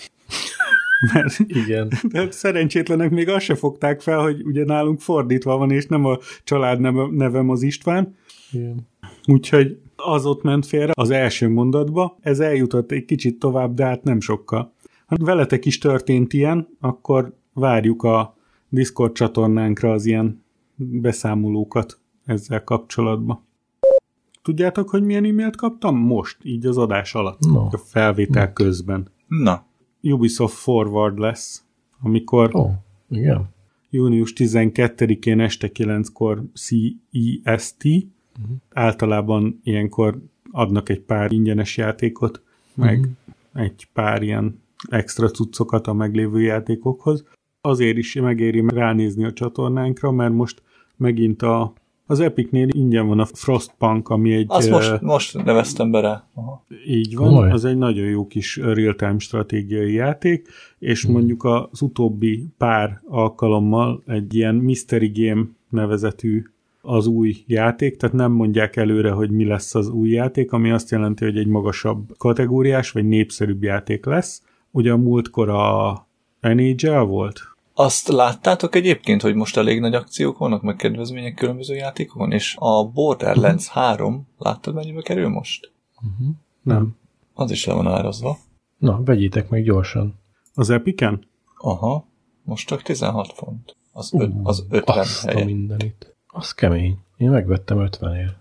mert igen. De szerencsétlenek még azt se fogták fel, hogy ugye nálunk fordítva van, és nem a család nevem az István. Igen. Úgyhogy az ott ment félre az első mondatba, ez eljutott egy kicsit tovább, de hát nem sokkal. Hát veletek is történt ilyen, akkor várjuk a Discord csatornánkra az ilyen beszámolókat ezzel kapcsolatban. Tudjátok, hogy milyen e-mailt kaptam? Most, így az adás alatt, no. a felvétel no. közben. Na. Ubisoft Forward lesz, amikor oh, igen. június tizenkettedikén este kilenckor cé e es té, uh-huh. általában ilyenkor adnak egy pár ingyenes játékot, meg uh-huh. egy pár ilyen extra cuccokat a meglévő játékokhoz. Azért is megéri ránézni a csatornánkra, mert most megint a az Epicnél ingyen van a Frostpunk, ami egy... Azt most, uh, most neveztem be rá. Aha. Így van, Komoly. Az egy nagyon jó kis real-time stratégiai játék, és hmm. mondjuk az utóbbi pár alkalommal egy ilyen Mystery Game nevezetű az új játék, tehát nem mondják előre, hogy mi lesz az új játék, ami azt jelenti, hogy egy magasabb kategóriás, vagy népszerűbb játék lesz. Ugye a múltkor a en há el volt? Azt láttátok egyébként, hogy most elég nagy akciók vannak, meg kedvezmények különböző játékokon, és a Borderlands uh-huh. három, láttad mennyibe kerül most? Uh-huh. Nem. Az is le van árazva. Na, vegyétek meg gyorsan. Az Epicen? Aha, most csak tizenhat font. Az, uh, ö- az ötven azt helye. A mindenit. Az kemény. Én megvettem ötvenért.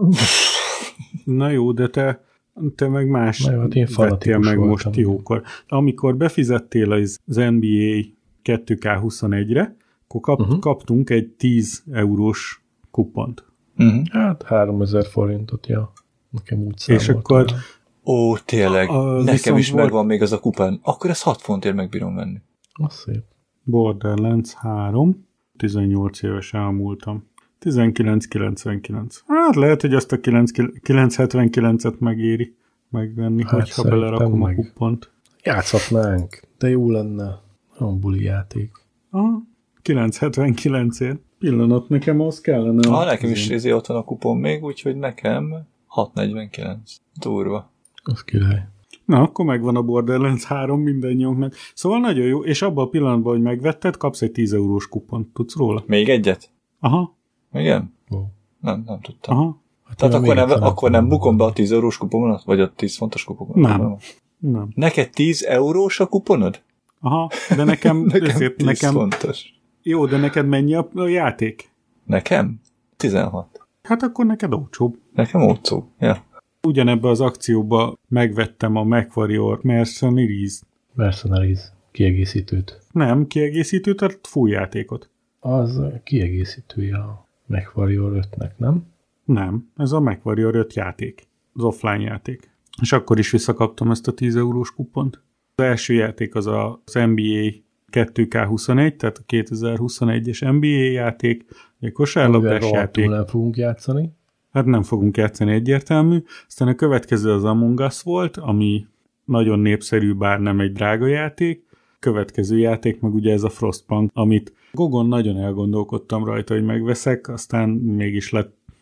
Na jó, de te, te meg más Na jó, hát én vettél meg voltam. Most jókor. Amikor befizettél az en bé á kettő ká huszonegyre, akkor kap, uh-huh. kaptunk egy tíz eurós kupont. Uh-huh. Hát háromezer forintot, ja. Nekem úgy számoltam. És akkor... Ó, tényleg, a, nekem is volt... megvan még az a kupán. Akkor ezt hat fontért meg bírom venni. Az szép. Borderlands három, tizennyolc éves elmúltam. tizenkilenc kilencvenkilenc. Hát lehet, hogy azt a kilenc hetvenkilencet megéri megvenni, hát hogyha belerakom meg. A kupont. Játszhatnánk, de jó lenne. A buli játék. Aha, kilenc hetvenkilencért. Pillanat, nekem az kellene. Ha, nekem is izé ott van a kupon még, úgyhogy nekem hat negyvenkilenc. Durva. Az király. Na, akkor megvan a Borderlands három mindannyiunknak. Szóval nagyon jó, és abban a pillanatban, hogy megvetted, kapsz egy tíz eurós kupont. Tudsz róla? Még egyet? Aha. Igen? Oh. Nem, nem tudtam. Aha. Hát tehát akkor nem, akkor nem bukom be a tíz eurós kuponodat? Vagy a tíz fontos kuponodat? Nem. nem. Neked tíz eurós a kuponod? Aha, de nekem... nekem ezért, tíz nekem, fontos. Jó, de neked mennyi a, a játék? Nekem? tizenhat. Hát akkor neked olcsóbb. Nekem olcsóbb, ja. Ugyanebbe az akcióba megvettem a MechWarrior Mercenaries. Mercenaries kiegészítőt. Nem, kiegészítőt, tehát full játékot. Az kiegészítője a MechWarrior ötnek, nem? Nem, ez a MechWarrior öt játék. Az offline játék. És akkor is visszakaptam ezt a tíz eurós kupont. Az első játék az az en bé á kettő ká huszonegy, tehát a kétezer-huszonegyes en bé á játék, egy kosárlabdás játék. Nem fogunk játszani. Hát nem fogunk játszani, egyértelmű. Aztán a következő az Among Us volt, ami nagyon népszerű, bár nem egy drága játék. Következő játék meg ugye ez a Frostpunk, amit Gogon nagyon elgondolkodtam rajta, hogy megveszek, aztán mégis lett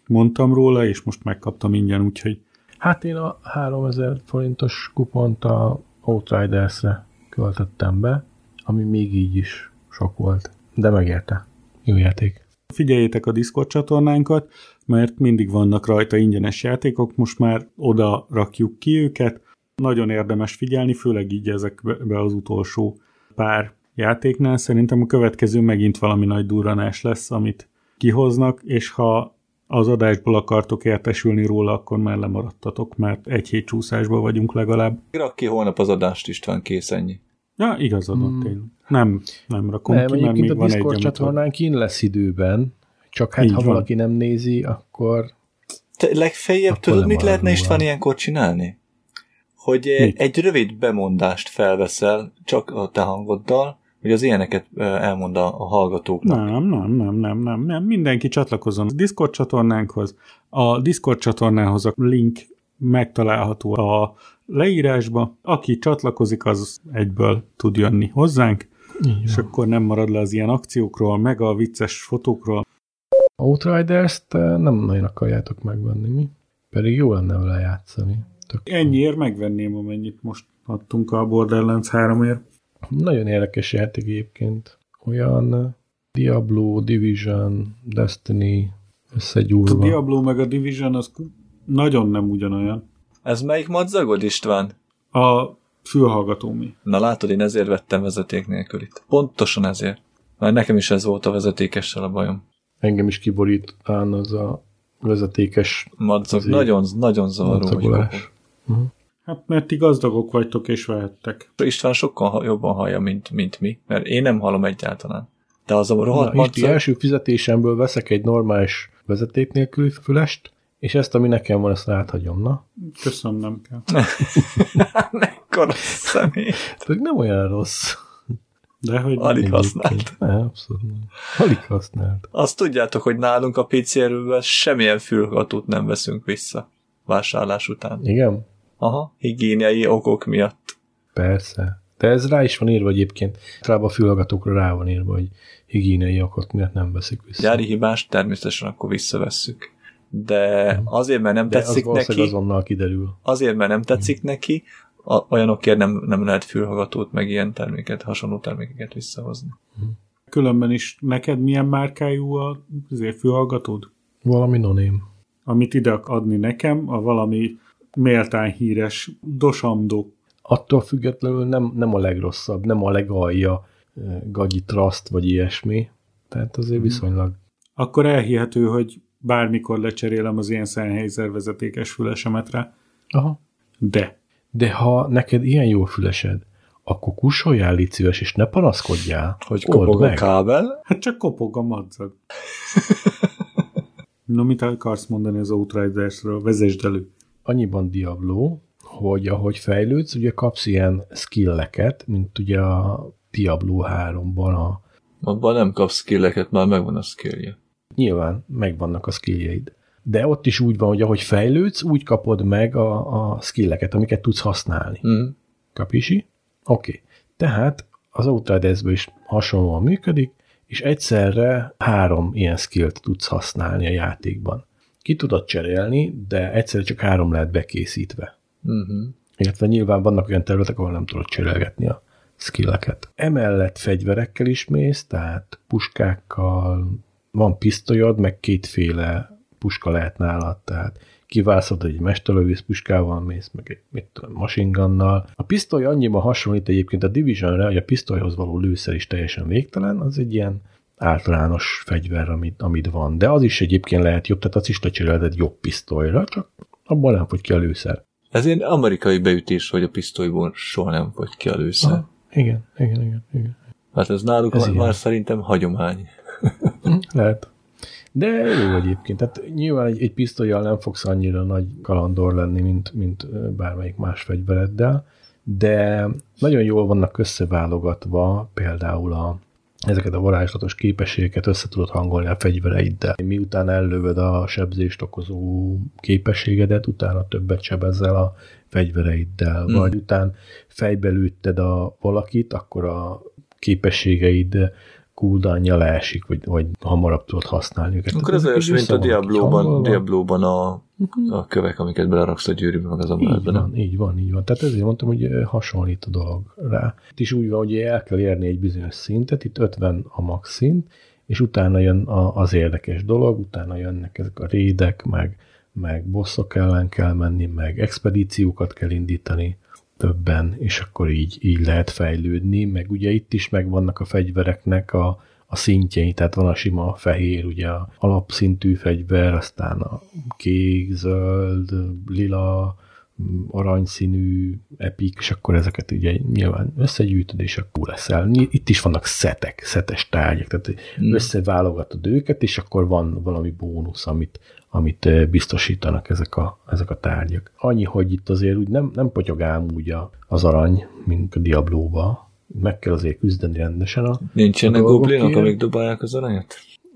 mondtam róla, és most megkaptam ingyen, úgyhogy... Hát én a háromezer forintos kupont a Outriders-re költöttem be, ami még így is sok volt, de megérte. Jó játék. Figyeljétek a Discord csatornánkat, mert mindig vannak rajta ingyenes játékok, most már oda rakjuk ki őket. Nagyon érdemes figyelni, főleg így ezekbe az utolsó pár játéknál. Szerintem a következő megint valami nagy durranás lesz, amit kihoznak, és ha az adásból akartok értesülni róla, akkor már lemaradtatok, mert egy hét csúszásban vagyunk legalább. Rak ki holnap az adást, István, kész ennyi. Ja, igazad van, hmm. tényleg. Nem, nem rakom nem, ki, mert még a van egy, Discord csatornán kín lesz időben, csak hát így ha van. valaki nem nézi, akkor... Te legfeljebb akkor tudod, mit lehetne róla. István ilyenkor csinálni? Hogy Mit? egy rövid bemondást felveszel, csak a te hangoddal, hogy az ilyeneket elmond a, a hallgatóknak. Nem, nem, nem, nem, nem, nem. Mindenki csatlakozzon a Discord csatornánkhoz. A Discord csatornához a link megtalálható a leírásba. Aki csatlakozik, az egyből tud jönni hozzánk, Igen. és akkor nem marad le az ilyen akciókról, meg a vicces fotókról. Outriders-t nem nagyon akarjátok megvenni, mi? Pedig jó lenne vele játszani. Tök Ennyiért megvenném, amennyit most adtunk a Borderlands háromért. Nagyon érdekes játék egyébként. Olyan Diablo, Division, Destiny A összegyúrva. Diablo meg a Division az nagyon nem ugyanolyan. Ez melyik madzagod, István? A fülhallgató mi? Na látod, én ezért vettem vezeték nélkül itt. Pontosan ezért. Mert nekem is ez volt a vezetékessel a bajom. Engem is kiborít án az a vezetékes Madzag, azért nagyon, nagyon zavaró, hogy madzagolás. kopog. Uh-huh. Hát mert ti gazdagok vagytok és vehettek. István sokkal ha- jobban hallja, mint, mint mi, mert én nem hallom egyáltalán. De az a rohadt Na, Isti, madzag... első fizetésemből veszek egy normális vezeték nélküli fülest, és ezt, ami nekem van, ezt áthagyom, na? Köszönöm, nem kell. Mekkora személy. Tehát nem olyan rossz. De hogy Alig használt. Ne, abszolút nem. Alig használt. Azt tudjátok, hogy nálunk a pé cé erőben semmilyen fülhallgatót nem veszünk vissza vásárlás után. Igen? Aha, higiéniai okok miatt. Persze. De ez rá is van írva egyébként. Általában a fülhallgatókra rá van írva, hogy higiéniai okok miatt nem veszik vissza. Gyári hibás, természetesen akkor visszavesszük. De azért, mert nem De tetszik az neki, azonnal kiderül. azért, mert nem tetszik neki, a, olyanokért nem, nem lehet fülhallgatót, meg ilyen terméket, hasonló termékeket visszahozni. Különben is neked milyen márkájú a azért fülhallgatód? Valami noném. Amit ide adni nekem, a valami méltán híres Dosamdo. Attól függetlenül nem, nem a legrosszabb, nem a legalja Gagyi Trust, vagy ilyesmi. Tehát azért viszonylag... Akkor elhihető, hogy bármikor lecserélem az ilyen Sennheiser vezetékes fülesemet rá. Aha. De. De ha neked ilyen jó fülesed, akkor kussoljál, légy szíves, és ne panaszkodjál. Hogy Old kopog a meg. kábel? Hát csak kopog a madzag. No, mit akarsz mondani az Outridersről? Vezesd elő. Annyiban Diablo, hogy ahogy fejlődsz, ugye kapsz ilyen skilleket, mint ugye a Diablo háromban a... Abban nem kapsz skilleket, már megvan a skillje. Nyilván megvannak a skilljeid. De ott is úgy van, hogy ahogy fejlődsz, úgy kapod meg a, a skilleket, amiket tudsz használni. Mm. Kapisi? Oké. Okay. Tehát az Outriders-ben is hasonlóan működik, és egyszerre három ilyen skillt tudsz használni a játékban. Ki tudod cserélni, de egyszerre csak három lehet bekészítve. Mm-hmm. Illetve nyilván vannak olyan területek, ahol nem tudod cserélgetni a skilleket. Emellett fegyverekkel is mész, tehát puskákkal, van pisztolyod, meg kétféle puska lehet nálad, tehát kiválasztod, hogy egy mesterlövész puskával mész, meg egy mit tudom, machine gunnal. A pisztoly annyiban hasonlít egyébként a Divisionre, hogy a pisztolyhoz való lőszer is teljesen végtelen, az egy ilyen általános fegyver, amit, amit van. De az is egyébként lehet jobb, tehát azt is lecseréled egy jobb pisztolyra, csak abban nem fogy ki a lőszer. Ez egy amerikai beütés, hogy a pisztolyból soha nem fogy ki a lőszer. Aha, igen, igen, igen, igen. Hát ez náluk Ez már, ilyen. már szerintem hagyomány. Lehet. De jó egyébként. Tehát nyilván egy, egy pisztollyal nem fogsz annyira nagy kalandor lenni, mint, mint bármelyik más fegyvereddel, de nagyon jól vannak összeválogatva például a, ezeket a varázslatos képességeket össze tudod hangolni a fegyvereiddel. Miután ellövöd a sebzést okozó képességedet, utána többet sebezzel a fegyvereiddel, mm. vagy után fejbe lőtted a valakit, akkor a képességeid cooldownja leesik, vagy, vagy hamarabb tudod használni őket. Akkor ez olyasmi, mint a Diablóban, Diablóban a, a kövek, amiket beleraksz a gyűrűbe, meg az amuletbe. Így van, így van, így van. Tehát ezért mondtam, hogy hasonlít a dolog rá. Itt is úgy van, hogy el kell érni egy bizonyos szintet, itt ötven a max szint, és utána jön az érdekes dolog, utána jönnek ezek a raidek, meg, meg bosszok ellen kell menni, meg expedíciókat kell indítani többen, és akkor így, így lehet fejlődni, meg ugye itt is megvannak a fegyvereknek a, a szintjei, tehát van a sima fehér, ugye a alapszintű fegyver, aztán a kék, zöld, lila, aranyszínű, epik, és akkor ezeket ugye nyilván összegyűjtöd, és akkor leszel. Itt is vannak szetek, szetes tárgyak, tehát mm. összeválogatod őket, és akkor van valami bónusz, amit, amit biztosítanak ezek a, ezek a tárgyak. Annyi, hogy itt azért úgy nem, nem potyog ám úgy a, az arany, mint a Diablóba. Meg kell azért küzdeni rendesen a Nincsenek goblinok, amik dobálják az aranyat?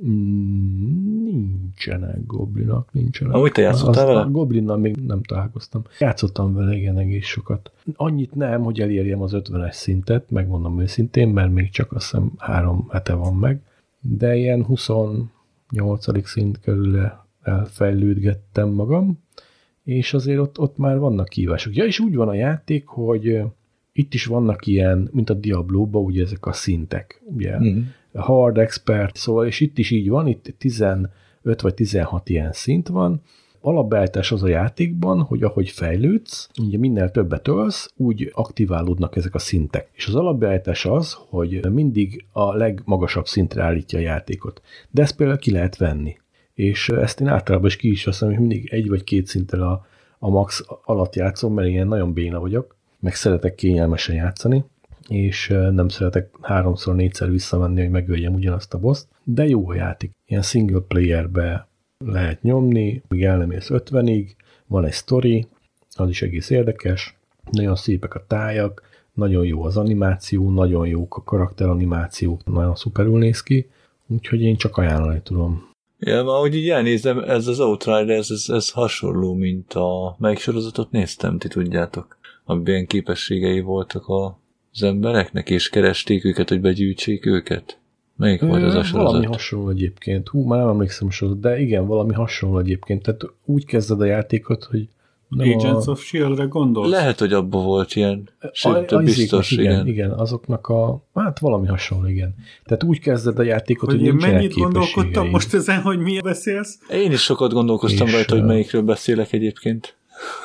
Mm, nincsenek goblinok, nincsenek. Amúgy te játszottál vele? A goblinnal még nem találkoztam. Játszottam vele igen egész sokat. Annyit nem, hogy elérjem az ötvenes szintet, megmondom őszintén, mert még csak azt hiszem három hete van meg, de ilyen huszonnyolcadik szint körül elfejlődgettem magam, és azért ott, ott már vannak kívások. Ja, és úgy van a játék, hogy itt is vannak ilyen, mint a Diablóban, ugye ezek a szintek, ugye, mm. hard, expert, szóval, és itt is így van, itt tizenöt vagy tizenhat ilyen szint van. Alapbeállítás az a játékban, hogy ahogy fejlődsz, ugye minél többet ölsz, úgy aktiválódnak ezek a szintek. És az alapbeállítás az, hogy mindig a legmagasabb szintre állítja a játékot. De ezt például ki lehet venni. És ezt én általában is ki is veszem, hogy mindig egy vagy két szinttel a, a max alatt játszom, mert ilyen nagyon béna vagyok, meg szeretek kényelmesen játszani, és nem szeretek háromszor, négyszer visszamenni, hogy megöljem ugyanazt a boszt, de jó a játék. Ilyen single playerbe lehet nyomni, míg el nem érsz ötvenig, van egy sztori, az is egész érdekes, nagyon szépek a tájak, nagyon jó az animáció, nagyon jók a karakteranimációk, nagyon szuperül néz ki, úgyhogy én csak ajánlani tudom. Ja, már ahogy így elnézem, ez az Outrider, ez, ez, ez hasonló, mint a... Melyik sorozatot néztem, ti tudjátok? Amiben ilyen képességei voltak az embereknek, és keresték őket, hogy begyűjtsék őket. Melyik volt az a sorozat? Valami hasonló egyébként. Hú, már nem emlékszem a sorozat, de igen, valami hasonló egyébként. Tehát úgy kezded a játékot, hogy... Agents a... of Shield-re gondolsz? Lehet, hogy abban volt ilyen. Sőt, a, a biztos, igen, igen. Igen, azoknak a... Hát valami hasonló, igen. Tehát úgy kezded a játékot, hogy, hogy nincsenek mennyit gondolkodtam most ezen, hogy mi beszélsz? Én is sokat gondolkoztam és rajta, hogy melyikről beszélek egyébként.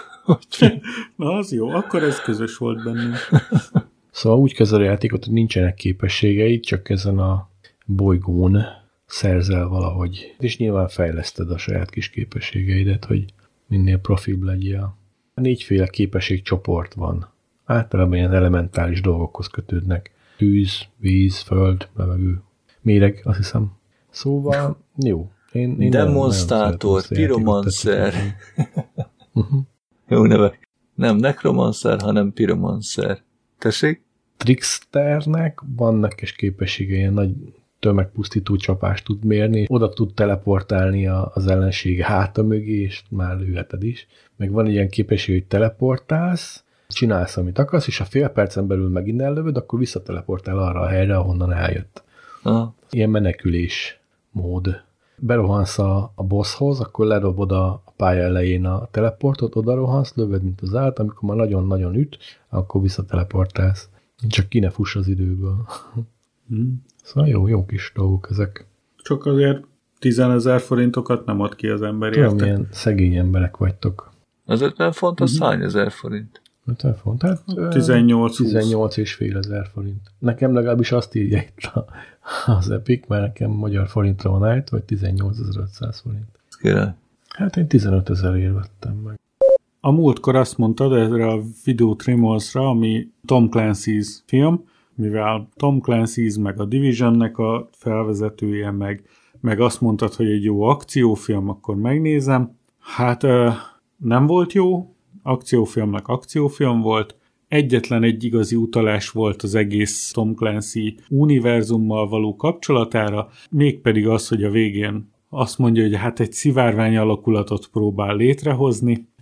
Na, az jó, akkor ez közös volt bennünk. Szóval úgy kezded a játékot, hogy nincsenek képességeid, csak ezen a bolygón szerzel valahogy. És nyilván fejleszted a saját kis képességeidet, hogy minél profibb legyél. Négyféle képességcsoport van. Általában ilyen elementális dolgokhoz kötődnek. Tűz, víz, föld, levegő, méreg, azt hiszem. Szóval jó. Én, én Demonstrátor, piromancer. uh-huh. Jó nevek. Nem nekromancer, hanem piromancer. Tessék? Tricksternek vannak és képességei, ilyen nagy tömegpusztító csapást tud mérni, oda tud teleportálni az ellensége háta mögé, és már lőheted is. Meg van ilyen képesség, hogy teleportálsz, csinálsz, amit akarsz, és ha fél percen belül megint ellövöd, akkor visszateleportál arra a helyre, ahonnan eljött. Aha. Ilyen menekülés mód. Berohansz a, a bosshoz, akkor ledobod a pálya elején a teleportot, oda rohansz, lövöd, mint az állat, amikor már nagyon-nagyon üt, akkor visszateleportálsz. Csak ki ne fuss az időből. Hmm. Szóval jó, jó kis dolgok ezek. Csak azért tízenezer forintokat nem ad ki az ember érte. Tudom, milyen szegény emberek vagytok. Az ötven font, az hány ezer forint? ötven font? Hát tizennyolc, tizennyolc és fél ezer forint. Nekem legalábbis azt írja itt a, az Epic, mert nekem magyar forintra van állt, vagy tizennyolcezer-ötszáz forint. Király. Hát én tizenöt ezerért vettem meg. A múltkor azt mondtad erre a Video Tremolsra, ami Tom Clancy's film, mivel Tom Clancy's meg a Divisionnek a felvezetője, meg, meg azt mondtad, hogy egy jó akciófilm, akkor megnézem. Hát nem volt jó, akciófilmnek akciófilm volt, egyetlen egy igazi utalás volt az egész Tom Clancy univerzummal való kapcsolatára, mégpedig az, hogy a végén azt mondja, hogy hát egy szivárvány alakulatot próbál létrehozni,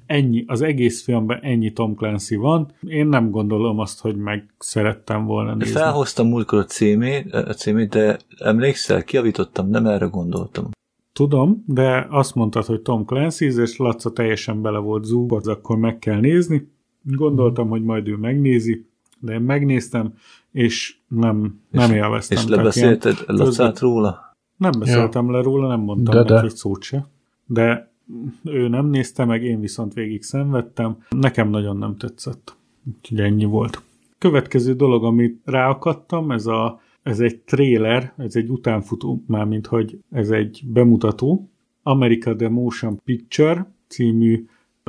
ennyi, az egész filmben ennyi Tom Clancy van, én nem gondolom azt, hogy meg szerettem volna nézni. Felhoztam múltkor a címét, a címét, de emlékszel, kiavítottam, nem erre gondoltam. Tudom, de azt mondtad, hogy Tom Clancy, és Laca teljesen bele volt zúgva, akkor meg kell nézni. Gondoltam, hogy majd ő megnézi, de én megnéztem, és nem, nem és, élveztem. És lebeszélted Lacát róla? Nem beszéltem ja. le róla, nem mondtam de, neki de. egy szót se. De ő nem nézte meg, én viszont végig szenvedtem. Nekem nagyon nem tetszett. Úgyhogy ennyi volt. Következő dolog, amit ráakadtam, ez, a, ez egy trailer, ez egy utánfutó, mármint hogy ez egy bemutató. America the Motion Picture című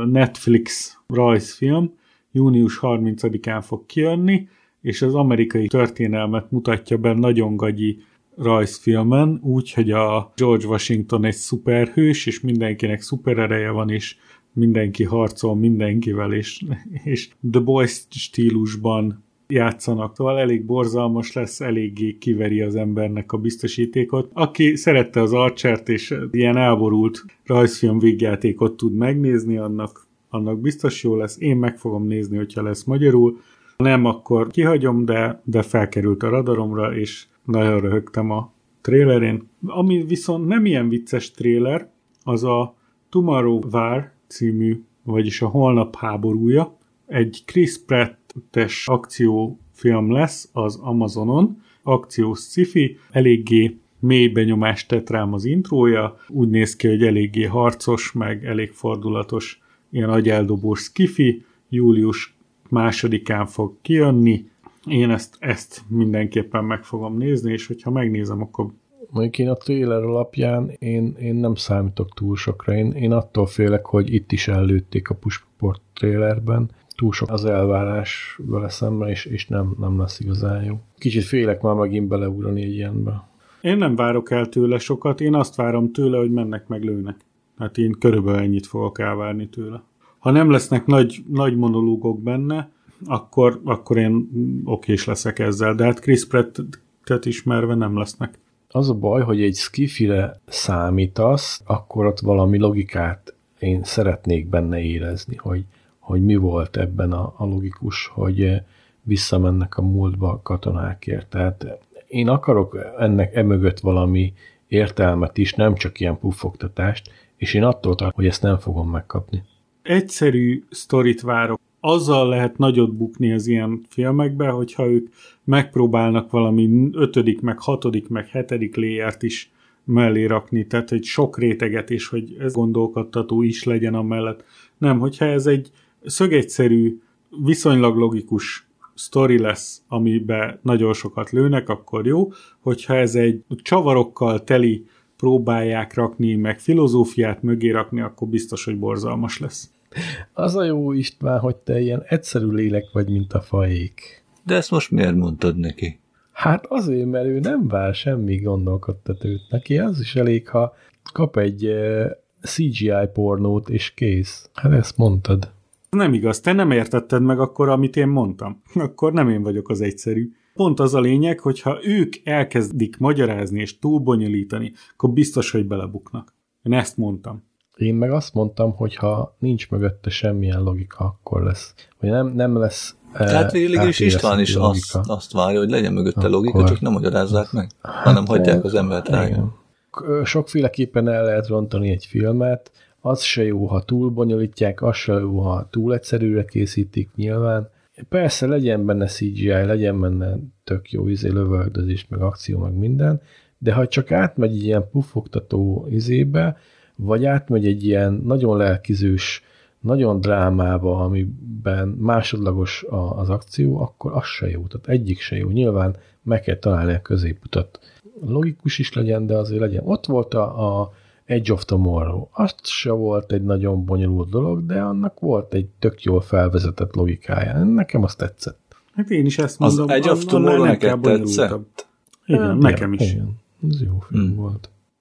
Netflix rajzfilm június harmincadikán fog kijönni, és az amerikai történelmet mutatja be nagyon gagyi rajzfilmen, úgy, hogy a George Washington egy szuperhős, és mindenkinek szuperereje van, és mindenki harcol mindenkivel, és, és The Boys stílusban játszanak. Szóval elég borzalmas lesz, eléggé kiveri az embernek a biztosítékot. Aki szerette az Archert, és ilyen elborult rajzfilm végjátékot tud megnézni, annak, annak biztos jó lesz. Én meg fogom nézni, hogyha lesz magyarul. Nem, akkor kihagyom, de, de felkerült a radaromra, és nagyon röhögtem a trailerén. Ami viszont nem ilyen vicces trailer, az a Tomorrow War című, vagyis a Holnap háborúja. Egy Chris Pratt-es akciófilm lesz az Amazonon, akciós sci-fi, eléggé mély benyomást tett rám az intrója, úgy néz ki, hogy eléggé harcos, meg elég fordulatos, ilyen agyeldobós sci-fi, július másodikán fog kijönni. Én ezt, ezt mindenképpen meg fogom nézni, és hogyha megnézem, akkor... Mondjuk én a trailer alapján én, én nem számítok túl sokra. Én, én attól félek, hogy itt is ellőtték a Pushport trailerben. Túl sok az elvárás vele szemben, és, és nem, nem lesz igazán jó. Kicsit félek már megint beleugrani egy ilyenbe. Én nem várok el tőle sokat, én azt várom tőle, hogy mennek meg lőnek. Hát én körülbelül ennyit fogok elvárni tőle. Ha nem lesznek nagy, nagy monológok benne, akkor, akkor én okés leszek ezzel, de hát Chris Pratt-et ismerve nem lesznek. Az a baj, hogy egy skifire számítasz, akkor ott valami logikát én szeretnék benne érezni, hogy, hogy mi volt ebben a, a logikus, hogy visszamennek a múltba katonákért. Tehát én akarok ennek emögött valami értelmet is, nem csak ilyen puffogtatást, és én attól tartom, hogy ezt nem fogom megkapni. Egyszerű sztorit várok. Azzal lehet nagyot bukni az ilyen filmekbe, hogyha ők megpróbálnak valami ötödik, meg hatodik, meg hetedik layert is mellé rakni, tehát egy sok réteget, és hogy ez gondolkodtató is legyen amellett. Nem, hogyha ez egy szögegyszerű, viszonylag logikus sztori lesz, amiben nagyon sokat lőnek, akkor jó. Hogyha ez egy csavarokkal teli próbálják rakni, meg filozófiát mögé rakni, akkor biztos, hogy borzalmas lesz. Az a jó István, hogy te ilyen egyszerű lélek vagy, mint a fajék. De ezt most miért mondtad neki? Hát azért, mert ő nem vár semmi gondolkodtatőt. Neki az is elég, ha kap egy cé gé í pornót, és kész. Hát ezt mondtad. Nem igaz, te nem értetted meg akkor, amit én mondtam. Akkor nem én vagyok az egyszerű. Pont az a lényeg, hogyha ők elkezdik magyarázni és túlbonyolítani, akkor biztos, hogy belebuknak. Én ezt mondtam. Én meg azt mondtam, hogy ha nincs mögötte semmilyen logika, akkor lesz. Vagy nem, nem lesz... Tehát végül is István is azt, azt várja, hogy legyen mögötte akkor... logika, csak nem magyarázzák meg, hát, hanem hagyják az embert rá. Sokféleképpen el lehet rontani egy filmet, az se jó, ha túl bonyolítják, az se jó, ha túl egyszerűre készítik nyilván. Persze legyen benne cé gé í, legyen benne tök jó izé, lövöldözés, meg akció, meg minden, de ha csak átmegy egy ilyen puffogtató izébe, vagy átmegy egy ilyen nagyon lelkizős, nagyon drámába, amiben másodlagos az akció, akkor az se jó. Tehát egyik se jó. Nyilván meg kell találni a középutat. Logikus is legyen, de azért legyen. Ott volt a, a Edge of Tomorrow. Azt se volt egy nagyon bonyolult dolog, de annak volt egy tök jól felvezetett logikája. Nekem azt tetszett. Hát én is ezt mondom. Az Edge of Tomorrow neked tetszett? Igen, hát, nekem ja, is. Igen. Ez jó film hmm. volt.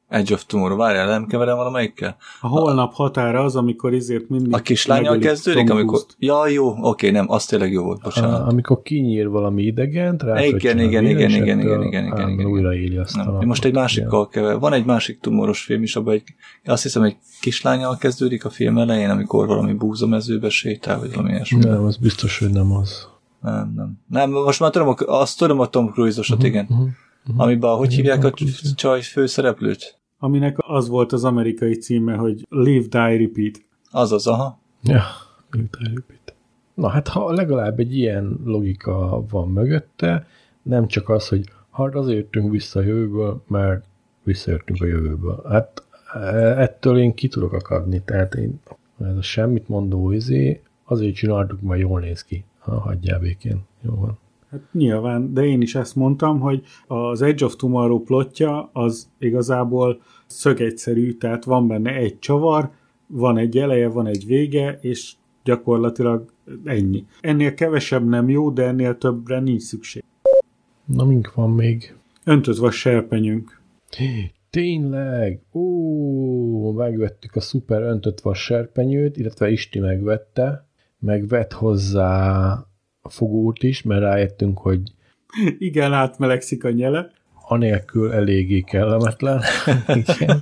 Edge of Tomorrow, várjál, nem keverem valamelyikkel? A holnap határa az, amikor ezért mindig... A kislánnyal kezdődik, amikor... Ja, jó, oké, nem, az tényleg jó volt, bocsánat. A, amikor kinyír valami idegent, rá igen, igen, igen, igen, igen, igen, igen, igen. Újraéli azt nem, a... Most egy másikkal kever. Van egy másik tumoros film is, abban egy, azt hiszem, egy kislánnyal kezdődik a film elején, amikor valami búzamezőbe sétál, vagy valami ilyesmi. Nem, az biztos, hogy nem az. Nem, nem. Nem, most már tudom, azt tudom a Tom Cruise-osat, uh-huh, igen. Uh-huh, uh-huh. Amiben, hogy hívják a csaj főszereplőt? Aminek az volt az amerikai címe, hogy Live, Die, Repeat. Azaz, aha. Ja, Live, Die, Repeat. Na hát, ha legalább egy ilyen logika van mögötte, nem csak az, hogy hát azért jöttünk vissza a jövőből, mert visszajöttünk a jövőből. Hát ettől én ki tudok akadni, tehát én ez a semmit mondó izé, azért csináltuk, mert jól néz ki. Ha, hagyjál békén. Jó van. Hát nyilván, de én is ezt mondtam, hogy az Edge of Tomorrow plotja az igazából szögegyszerű, tehát van benne egy csavar, van egy eleje, van egy vége, és gyakorlatilag ennyi. Ennél kevesebb nem jó, de ennél többre nincs szükség. Na, mink van még? Öntött vas serpenyőnk. Tényleg! Ó, megvettük a szuper öntött vas serpenyőt, illetve Isti megvette, meg vett hozzá a fogót is, mert rájöttünk, hogy igen, átmelegszik a nyele. Anélkül eléggé kellemetlen. Igen.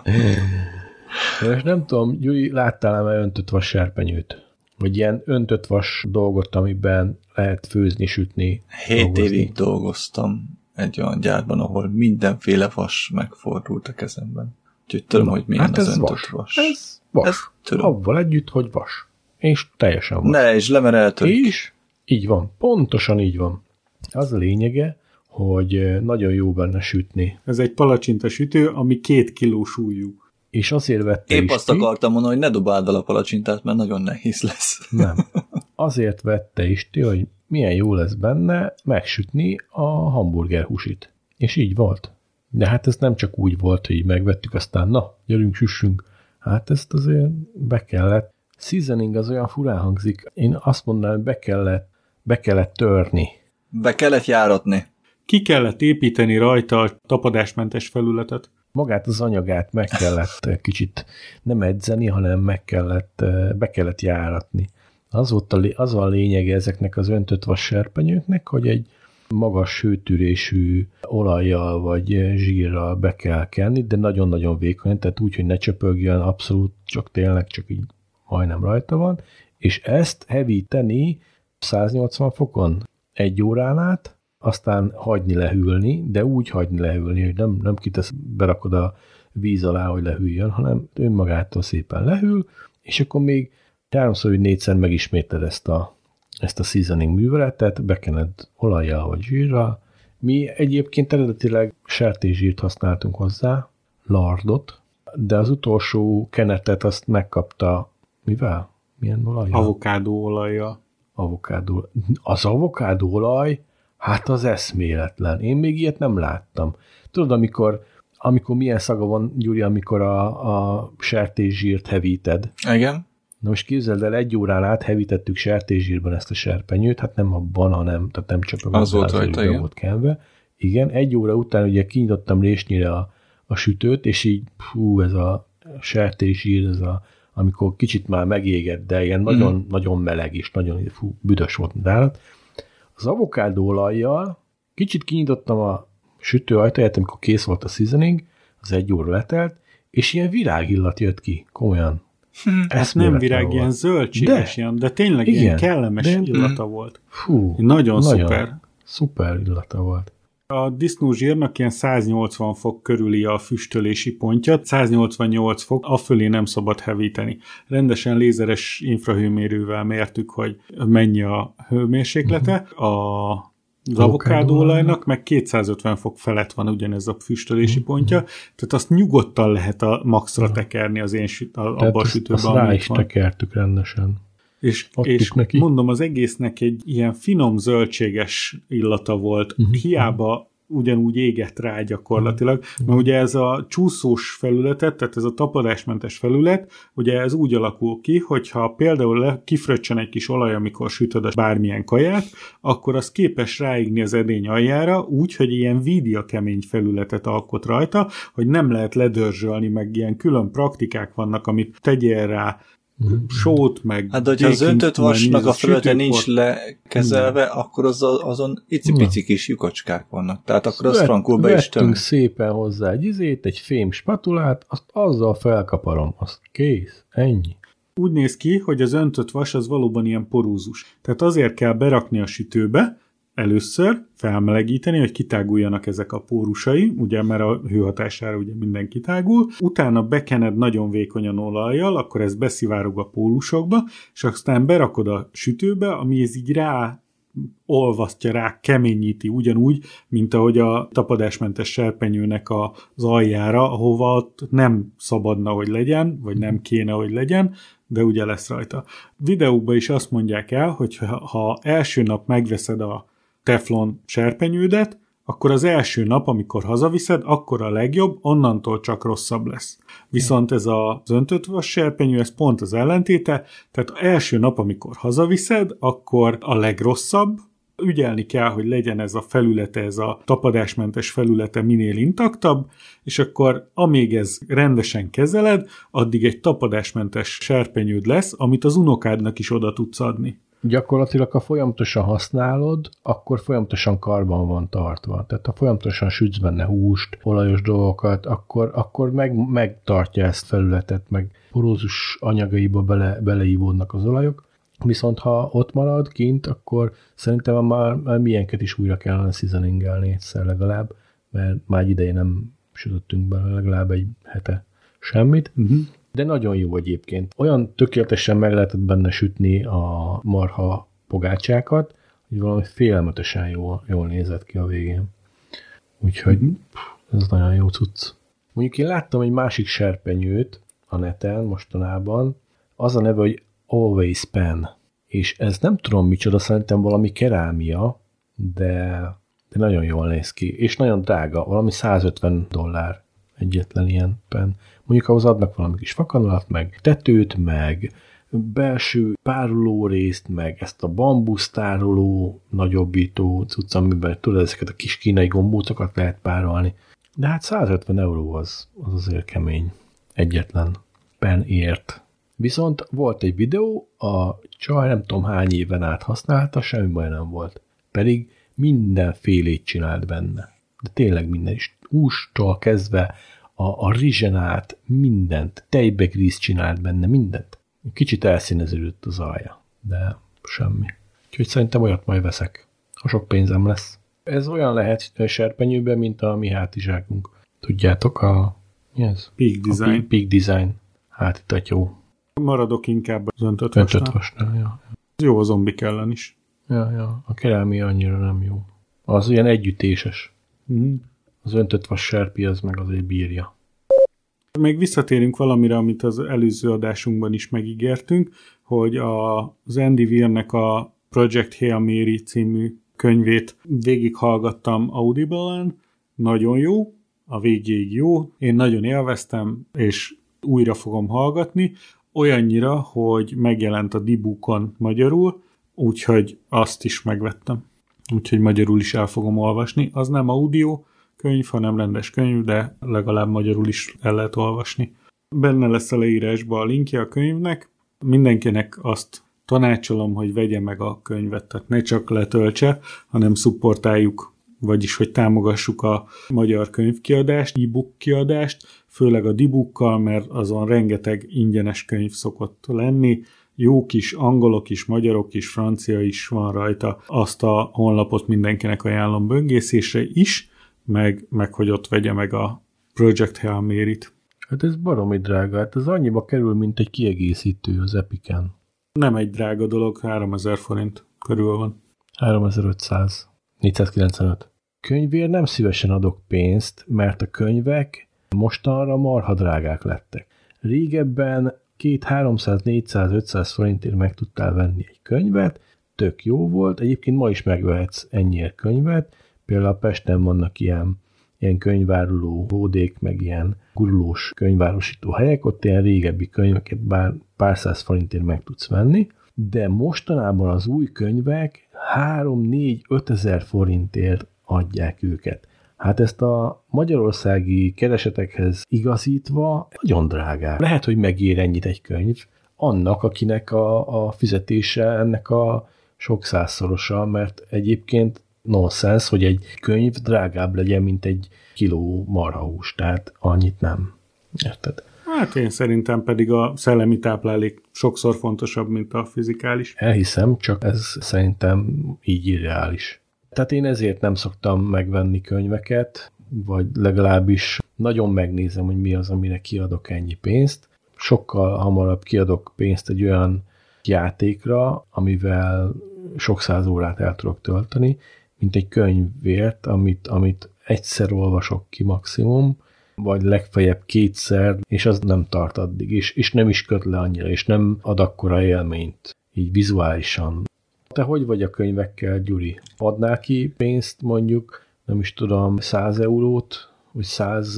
És nem tudom, Gyuri, láttál már öntött vas serpenyőt? Vagy ilyen öntött vas dolgot, amiben lehet főzni, sütni, Hét dolgozni. évig dolgoztam egy olyan gyárban, ahol mindenféle vas megfordult a kezemben. Úgyhogy tudom, Na, hogy milyen hát az ez öntött vas. vas. Ez vas. Ez tudom. Avval együtt, hogy vas. És teljesen vas. Ne, és lemereltörik. És így van. Pontosan így van. Az a lényege, hogy nagyon jó benne sütni. Ez egy palacsinta sütő, ami két kiló súlyú. És azért vette Épp Isti, azt akartam mondani, hogy ne dobáld el a palacsintát, mert nagyon nehéz lesz. Nem. Azért vette Isti, hogy milyen jó lesz benne megsütni a hamburgerhúsit. És így volt. De hát ez nem csak úgy volt, hogy megvettük, aztán na, gyerünk, süssünk. Hát ezt azért be kellett. Seasoning az olyan furán hangzik. Én azt mondanám, hogy be kellett, be kellett törni. Be kellett járatni. Ki kellett építeni rajta a tapadásmentes felületet. Magát az anyagát meg kellett kicsit nem edzeni, hanem meg kellett, be kellett járatni. Az, volt a, az a lényege ezeknek az öntött vas serpenyőknek, hogy egy magas hőtűrésű olajjal vagy zsírral be kell kenni, de nagyon-nagyon vékony, tehát úgy, hogy ne csöpögjön, abszolút csak tényleg csak így majdnem rajta van, és ezt hevíteni száznyolcvan fokon egy órán át, aztán hagyni lehűlni, de úgy hagyni lehűlni, hogy nem, nem kitesz, berakod a víz alá, hogy lehűljön, hanem önmagától szépen lehűl, és akkor még háromszor, vagy négyszer megismétled ezt a, ezt a seasoning műveletet, bekened olajjal vagy zsírral. Mi egyébként eredetileg sertészsírt használtunk hozzá, lardot, de az utolsó kenetet azt megkapta, mivel? Milyen olajjal? Avokádó olajjal. Avokádó. Az avokádó olaj, hát az eszméletlen. Én még ilyet nem láttam. Tudod, amikor, amikor milyen szaga van, Gyuri, amikor a, a sertészsírt hevíted? Igen. Na most képzeld el, egy órán át hevítettük sertészsírban ezt a serpenyőt, hát nem abban, hanem, tehát nem csak az volt rajta, igen. Volt kenve. Igen, egy óra után ugye kinyitottam résnyire a, a sütőt, és így, hú, ez a sertészsír, ez a, amikor kicsit már megégett, de ilyen nagyon, mm. nagyon meleg, és nagyon fú, büdös volt az állat. Az avokádó olajjal kicsit kinyitottam a sütő ajtaját, amikor kész volt a seasoning, az egy óra letelt, és ilyen virágillat jött ki, komolyan. Ez nem virág, volt. Ilyen zöldséges, de, ilyen, de tényleg igen, ilyen kellemes de, illata volt. Fú, nagyon, nagyon szuper. Szuper illata volt. A disznózsírnak ilyen száznyolcvan fok körüli a füstölési pontja, száznyolcvannyolc fok, afölé nem szabad hevíteni. Rendesen lézeres infrahőmérővel mértük, hogy mennyi a hőmérséklete. A Az avokádóolajnak meg kétszázötven fok felett van ugyanez a füstölési pontja, tehát azt nyugodtan lehet a maxra tekerni az én süt, a, abba a sütőben. Tehát azt rá is tekertük rendesen. És, és mondom, az egésznek egy ilyen finom zöldséges illata volt. Uh-huh. Hiába ugyanúgy égett rá gyakorlatilag, mert ugye ez a csúszós felületet, tehát ez a tapadásmentes felület, ugye ez úgy alakul ki, hogyha például kifröccsen egy kis olaj, amikor sütöd a bármilyen kaját, akkor az képes ráigni az edény aljára úgy, hogy ilyen vídia kemény felületet alkot rajta, hogy nem lehet ledörzsölni, meg ilyen külön praktikák vannak, amit tegyél rá sót, meg... Hát, de hogyha az öntött vasnak a felülete nincs lekezelve, nem. akkor az, azon icipici kis lyukacskák vannak. Tehát akkor az frankul be is töm. Szépen hozzá egy izét, egy fém spatulát, azt azzal felkaparom, azt kész, ennyi. Úgy néz ki, hogy az öntött vas az valóban ilyen porúzus. Tehát azért kell berakni a sütőbe, először felmelegíteni, hogy kitáguljanak ezek a pórusai, ugye, mert a hőhatására ugye minden kitágul, utána bekened nagyon vékonyan olajjal, akkor ez beszivárog a pólusokba, és aztán berakod a sütőbe, ami ez így rá olvasztja rá, keményíti, ugyanúgy, mint ahogy a tapadásmentes serpenyőnek az aljára, ahova ott nem szabadna, hogy legyen, vagy nem kéne, hogy legyen, de ugye lesz rajta. Videókban is azt mondják el, hogy ha első nap megveszed a teflon serpenyődet, akkor az első nap, amikor hazaviszed, akkor a legjobb, onnantól csak rosszabb lesz. Viszont ez az öntött vas serpenyő, ez pont az ellentéte, tehát az első nap, amikor hazaviszed, akkor a legrosszabb, ügyelni kell, hogy legyen ez a felülete, ez a tapadásmentes felülete minél intaktabb, és akkor amíg ez rendesen kezeled, addig egy tapadásmentes serpenyőd lesz, amit az unokádnak is oda tudsz adni. Gyakorlatilag, ha folyamatosan használod, akkor folyamatosan karban van tartva. Tehát ha folyamatosan sütsz benne húst, olajos dolgokat, akkor, akkor meg, megtartja ezt felületet, meg porózus anyagaiba bele, beleívódnak az olajok. Viszont ha ott marad kint, akkor szerintem már, már milyenket is újra kellene seasoningelni egyszer legalább, mert már ideje nem sütöttünk bele legalább egy hete semmit. Uh-huh. De nagyon jó egyébként. Olyan tökéletesen meg lehetett benne sütni a marha pogácsákat, hogy valami félelmetesen jól, jól nézett ki a végén. Úgyhogy ez nagyon jó cucc. Mondjuk én láttam egy másik serpenyőt a neten mostanában, az a neve, hogy Always Pan, és ez nem tudom micsoda, szerintem valami kerámia, de, de nagyon jól néz ki, és nagyon drága, valami százötven dollár egyetlen ilyen pen. Mondjuk ahhoz adnak valami kis fakanalat, meg tetőt, meg belső pároló részt, meg ezt a bambusztároló nagyobbító cucc, amiben tudod, ezeket a kis kínai gombócokat lehet párolni. De hát százötven euró az, az azért kemény. Egyetlen penért. Viszont volt egy videó, a csaj nem tudom hány éven át használta, semmi baj nem volt. Pedig mindenfélét csinált benne. De tényleg minden is. Hústól kezdve a, a rizsen át mindent, tejbegrízt csinált benne, mindent. Kicsit elszíneződött az alja, de semmi. Úgyhogy szerintem olyat majd veszek, ha sok pénzem lesz. Ez olyan lehet serpenyőben, mint a mi hátizsákunk. Tudjátok, a... mi ez? Peak Design. A Peak Design hátitattyó. Maradok inkább az öntött vasnál. Öntött vasnál, ja. Jó a zombik ellen is. Ja, ja. A kerámia annyira nem jó. Az ilyen együttéses. Mm. Az öntött vas serpi az meg azért bírja. Még visszatérünk valamire, amit az előző adásunkban is megígértünk, hogy a, az Andy Weirnek a Project Hail Mary című könyvét végighallgattam Audible-en. Nagyon jó, a végéig jó. Én nagyon élveztem, és újra fogom hallgatni. Olyannyira, hogy megjelent a D-Bookon magyarul, úgyhogy azt is megvettem. Úgyhogy magyarul is el fogom olvasni. Az nem audio könyv, hanem rendes könyv, de legalább magyarul is el lehet olvasni. Benne lesz a leírásban a linkje a könyvnek. Mindenkinek azt tanácsolom, hogy vegye meg a könyvet, tehát ne csak letöltse, hanem szupportáljuk, vagyis hogy támogassuk a magyar könyvkiadást, e-book kiadást, főleg a D-Bookkal, mert azon rengeteg ingyenes könyv szokott lenni, jók is, angolok is, magyarok is, francia is van rajta. Azt a honlapot mindenkinek ajánlom böngészésre is, meg, meg hogy ott vegye meg a Project Hail Mary-t. Hát ez baromi drága, hát ez annyiba kerül, mint egy kiegészítő az Epiken. Nem egy drága dolog, háromezer forint körül van. háromezer-ötszáz. négyszázkilencvenöt. Könyvért nem szívesen adok pénzt, mert a könyvek mostanra marha drágák lettek. Régebben két háromszáz, négyszáz, ötszáz forintért meg tudtál venni egy könyvet, tök jó volt, egyébként ma is megvehetsz ennyiért könyvet, Például Pesten vannak ilyen, ilyen könyváruló bódék, meg ilyen gurulós könyvárosító helyek, ott ilyen régebbi könyveket bár pár száz forintért meg tudsz venni, de mostanában az új könyvek három, négy, ötezer forintért adják őket. Hát ezt a magyarországi keresetekhez igazítva nagyon drágá. Lehet, hogy megér ennyit egy könyv annak, akinek a, a fizetése ennek a sok százszorosa, mert egyébként nonsens, hogy egy könyv drágább legyen, mint egy kiló marhahús, tehát annyit nem. Érted? Hát én szerintem pedig a szellemi táplálék sokszor fontosabb, mint a fizikális. Elhiszem, csak ez szerintem így irreális. Tehát én ezért nem szoktam megvenni könyveket, vagy legalábbis nagyon megnézem, hogy mi az, amire kiadok ennyi pénzt. Sokkal hamarabb kiadok pénzt egy olyan játékra, amivel sok száz órát el tudok tölteni, mint egy könyvért, amit, amit egyszer olvasok ki maximum, vagy legfeljebb kétszer, és az nem tart addig, és, és nem is köt le annyira, és nem ad akkora élményt, így vizuálisan. Te hogy vagy a könyvekkel, Gyuri? Adnál ki pénzt, mondjuk, nem is tudom, száz eurót, vagy száz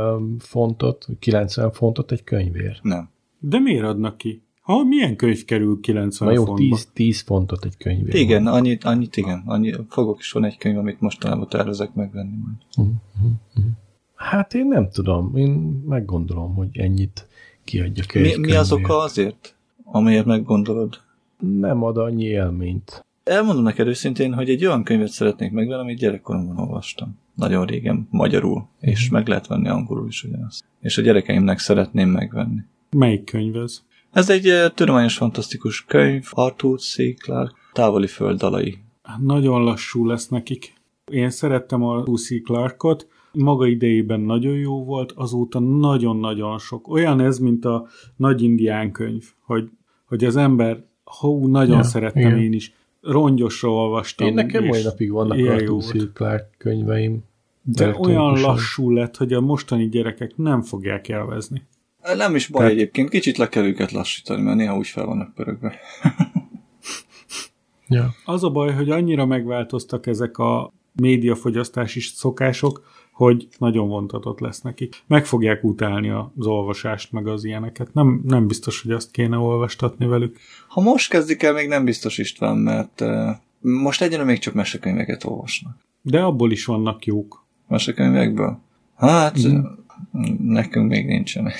fontot, vagy kilencven fontot egy könyvért? Nem. De miért adnak ki? Ha milyen könyv kerül kilencven Na jó, fontba? tíz, tíz fontot egy könyvért. Igen, annyit, annyit igen. Annyi, fogok is van egy könyv, amit mostanában tervezek megvenni majd. Uh-huh. Hát én nem tudom, én meggondolom, hogy ennyit kiadjak egy Mi, mi az oka azért, amiért meggondolod? Nem ad annyi élményt. Elmondom neked őszintén, hogy egy olyan könyvet szeretnék megvenni, amit gyerekkoromban olvastam. Nagyon régen, magyarul, és meg lehet venni angolul is ugyanazt. És a gyerekeimnek szeretném megvenni. Melyik könyv ez? Ez egy uh, tudományos fantasztikus könyv, Arthur C. Clarke, Távoli föld dalai. Nagyon lassú lesz nekik. Én szerettem a Arthur C. Clarke-ot, maga idejében nagyon jó volt, azóta nagyon-nagyon sok. Olyan ez, mint a Nagy indián könyv, hogy, hogy az ember, hú, nagyon ja, szerettem igen. Én is. Rongyosra olvastam. Én nekem mai napig vannak Arthur C. Clarke könyveim. De olyan lassú lett, hogy a mostani gyerekek nem fogják élvezni. Nem is baj. Tehát... egyébként, kicsit le kell őket lassítani, mert néha úgy fel vannak pörögve. Ja. Az a baj, hogy annyira megváltoztak ezek a médiafogyasztási szokások, hogy nagyon vontatott lesz nekik. Meg fogják utálni az olvasást, meg az ilyeneket. Nem, nem biztos, hogy azt kéne olvastatni velük. Ha most kezdik el, még nem biztos, István, mert uh, most egyenlően még csak mesekönyveket olvasnak. De abból is vannak jók. Mesekönyvekből? Hát, mm. nekünk még nincsenek.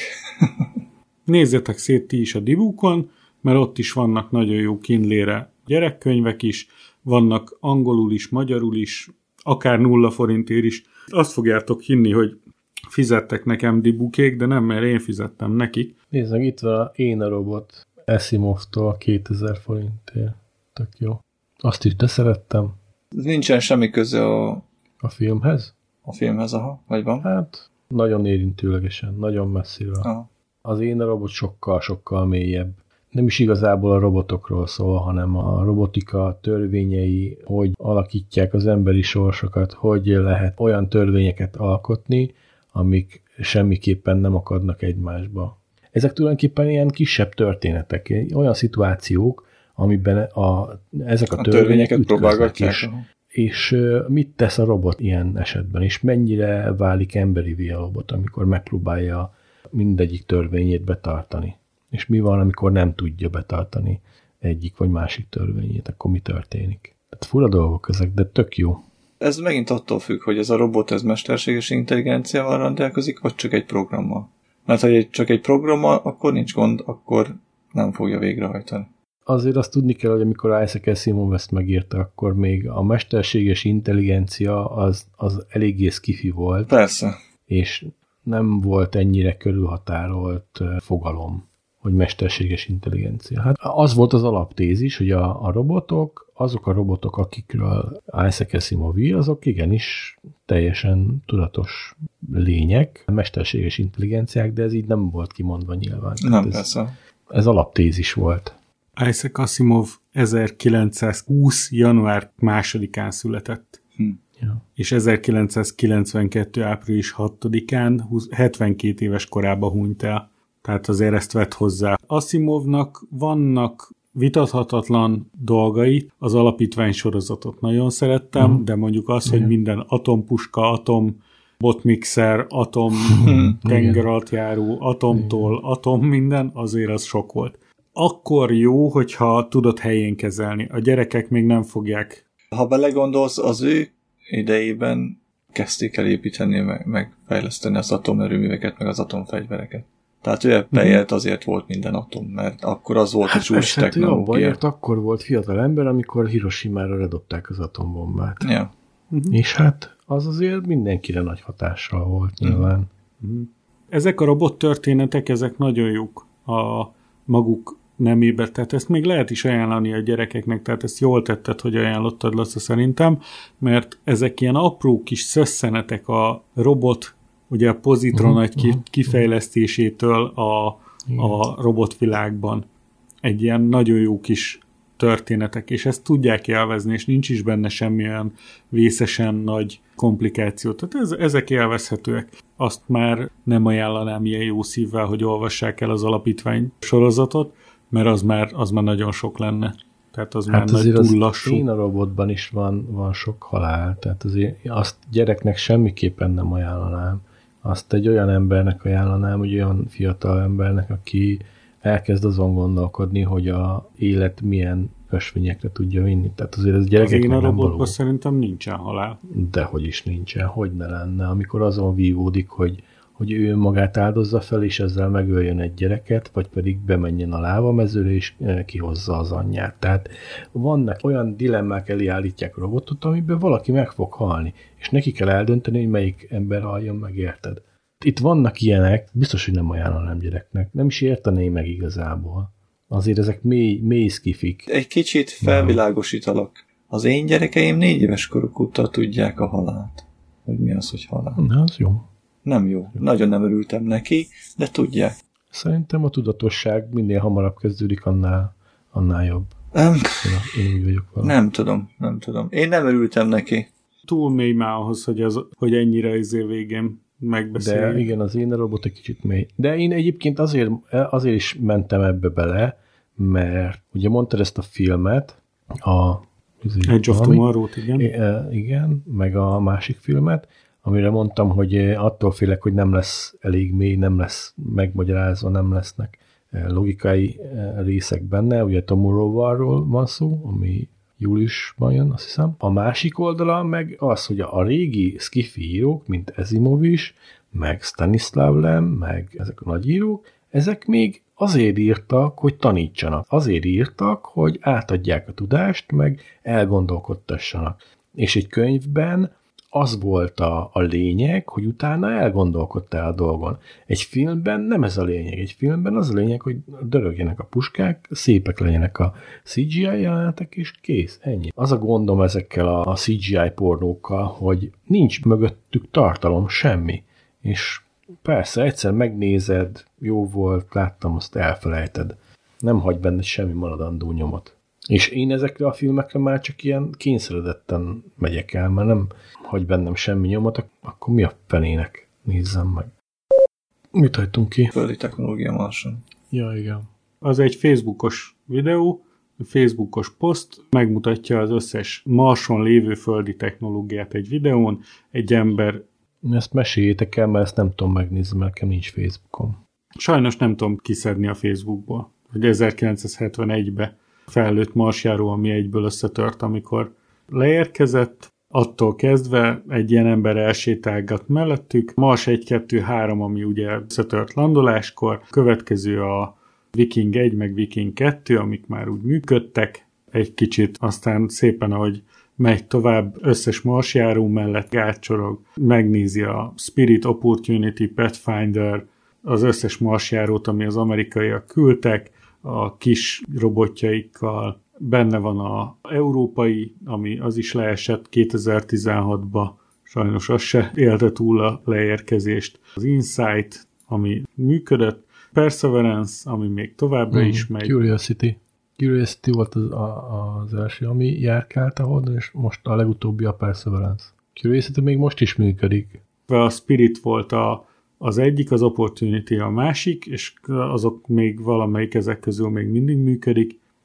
Nézzetek szét ti is a Dibukon, mert ott is vannak nagyon jó Kindle-re gyerekkönyvek is, vannak angolul is, magyarul is, akár nulla forintért is. Azt fogjátok hinni, hogy fizettek nekem Dibukék, de nem, mert én fizettem nekik. Nézd meg, itt van a Én a robot Asimovtól kétezer forintért. Tök jó. Azt is, de szerettem. Nincsen semmi köze a... A filmhez? A filmhez, aha, vagy van? Hát, nagyon érintőlegesen, nagyon messziről. Aha. Az Én a robot sokkal-sokkal mélyebb. Nem is igazából a robotokról szól, hanem a robotika törvényei, hogy alakítják az emberi sorsokat, hogy lehet olyan törvényeket alkotni, amik semmiképpen nem akadnak egymásba. Ezek tulajdonképpen ilyen kisebb történetek, olyan szituációk, amiben a, ezek a, a törvények ütköznek is. És mit tesz a robot ilyen esetben, és mennyire válik emberivé a robot, amikor megpróbálja mindegyik törvényét betartani. És mi van, amikor nem tudja betartani egyik vagy másik törvényét, akkor mi történik? Tehát fura dolgok ezek, de tök jó. Ez megint attól függ, hogy ez a robot ez mesterséges intelligenciával rendelkezik, vagy csak egy programmal. Mert ha egy, csak egy programmal, akkor nincs gond, akkor nem fogja végrehajtani. Azért azt tudni kell, hogy amikor Isaac Asimov ezt megírta, akkor még a mesterséges intelligencia az, az eléggé skifi volt. Persze. És nem volt ennyire körülhatárolt fogalom, hogy mesterséges intelligencia. Hát az volt az alaptézis, hogy a, a robotok, azok a robotok, akikről Isaac Asimov ír, azok igenis teljesen tudatos lények, mesterséges intelligenciák, de ez így nem volt kimondva nyilván. Nem, ez, persze. Ez alaptézis volt. Isaac Asimov ezerkilencszázhúsz. január másodikán született. Hm. Ja. És ezerkilencszázkilencvenkettő. április hatodikán hetvenkét éves korában hunyt el. Tehát azért ezt vett hozzá. Asimovnak vannak vitathatatlan dolgait, az alapítvány sorozatot nagyon szerettem, mm. de mondjuk az, hogy minden atompuska, atom botmixer, atom tengeralattjáró, atomtól, atom minden, azért az sok volt. Akkor jó, hogyha tudod helyén kezelni. A gyerekek még nem fogják. Ha belegondolsz, az ő idejében kezdték el építeni, meg, meg fejleszteni az atomerőműveket, meg az atomfegyvereket. Tehát ő ebben azért volt minden atom, mert akkor az volt hát a csúcs hát technológia. Hát akkor volt fiatal ember, amikor Hiroshimára redobták az atombombát. Ja. Uh-huh. És hát az azért mindenkire nagy hatással volt nyilván. Uh-huh. Ezek a robot történetek, ezek nagyon jók a maguk nemébe, tehát ezt még lehet is ajánlani a gyerekeknek, tehát ezt jól tetted, hogy ajánlottad, Laca, szerintem, mert ezek ilyen apró kis szösszenetek a robot, ugye a pozitron uh-huh. nagy kifejlesztésétől a, a robotvilágban. Egy ilyen nagyon jó kis történetek, és ezt tudják élvezni, és nincs is benne semmilyen vészesen nagy komplikáció. Tehát ez, ezek élvezhetőek. Azt már nem ajánlanám ilyen jó szívvel, hogy olvassák el az alapítvány sorozatot, mert az már, az már nagyon sok lenne. Tehát az hát már nagy túl lassú. Én a robotban is van, van sok halál, tehát azért azt gyereknek semmiképpen nem ajánlanám. Azt egy olyan embernek ajánlanám, hogy olyan fiatal embernek, aki elkezd azon gondolkodni, hogy a élet milyen ösvényekre tudja vinni. Tehát azért ez gyerekeknek nem való. Az én a robotban szerintem nincsen halál. Dehogy is nincsen, hogy ne lenne. Amikor azon vívódik, hogy, hogy ő magát áldozza fel, és ezzel megöljön egy gyereket, vagy pedig bemenjen a lávamezőre, és kihozza az anyját. Tehát vannak olyan dilemmák, elé állítják a robotot, amiben valaki meg fog halni, és neki kell eldönteni, hogy melyik ember haljon meg, érted? Itt vannak ilyenek, biztos, hogy nem ajánlanám gyereknek. Nem is érteném meg igazából. Azért ezek mély, mély szkifik. Egy kicsit felvilágosítalak. Az én gyerekeim négy éves koruk óta tudják a halált. Hogy mi az, hogy halál. Na, az jó. Nem jó. jó. Nagyon nem örültem neki, de tudják. Szerintem a tudatosság minél hamarabb kezdődik, annál, annál jobb. Um, én, én úgy vagyok valami. Nem tudom, nem tudom. Én nem örültem neki. Túl mély már ahhoz, hogy, az, hogy ennyire izé végén megbeszéljük. De igen, az én robot egy kicsit mély. De én egyébként azért, azért is mentem ebbe bele, mert ugye mondtad ezt a filmet, a Edge of Tomorrow-t, igen. Igen, meg a másik filmet, amire mondtam, hogy attól félek, hogy nem lesz elég mély, nem lesz megmagyarázva, nem lesznek logikai részek benne. Ugye Tomorrow-ról van szó, ami júliusban jön, azt hiszem. A másik oldala meg az, hogy a régi sci-fi írók, mint Asimov is, meg Stanislav Lem, meg ezek a nagy írók, ezek még azért írtak, hogy tanítsanak. Azért írtak, hogy átadják a tudást, meg elgondolkodtassanak. És egy könyvben az volt a, a lényeg, hogy utána elgondolkodtál a dolgon. Egy filmben nem ez a lényeg. Egy filmben az a lényeg, hogy dörögjenek a puskák, szépek legyenek a cé gé í jelenetek, és kész, ennyi. Az a gondom ezekkel a, a cé gé í pornókkal, hogy nincs mögöttük tartalom, semmi. És persze, egyszer megnézed, jó volt, láttam, azt elfelejted. Nem hagy benne semmi maradandó nyomot. És én ezekre a filmekre már csak ilyen kényszeredetten megyek el, mert nem hagy bennem semmi nyomot, akkor mi a fenének nézzem meg. Mit hagytunk ki? Földi technológia Marson. Ja, igen. Az egy Facebookos videó, Facebookos poszt, megmutatja az összes Marson lévő földi technológiát egy videón, egy ember. Ezt meséljétek el, mert ezt nem tudom megnézni, mert nekem nincs Facebookom. Sajnos nem tudom kiszedni a Facebookból, hogy ezerkilencszázhetvenegyben felnőtt marsjáró, ami egyből összetört, amikor leérkezett, attól kezdve egy ilyen ember elsétálgat mellettük. Mars egy kettő három, ami ugye összetört landoláskor, következő a Viking egy, meg Viking kettő, amik már úgy működtek egy kicsit, aztán szépen, ahogy megy tovább, összes marsjáró mellett gátcsorog, megnézi a Spirit, Opportunity, Pathfinder, az összes marsjárót, ami az amerikaiak küldtek, a kis robotjaikkal, benne van a európai, ami az is leesett kétezer-tizenhatban, sajnos az se élte túl a leérkezést. Az Insight, ami működött, Perseverance, ami még továbbra mm, is megy. Curiosity. Curiosity volt az, a, az első, ami járkált a Holdon, és most a legutóbbi a Perseverance. Curiosity még most is működik. A Spirit volt a az egyik, az Opportunity a másik, és azok még valamelyik ezek közül még mindig működik.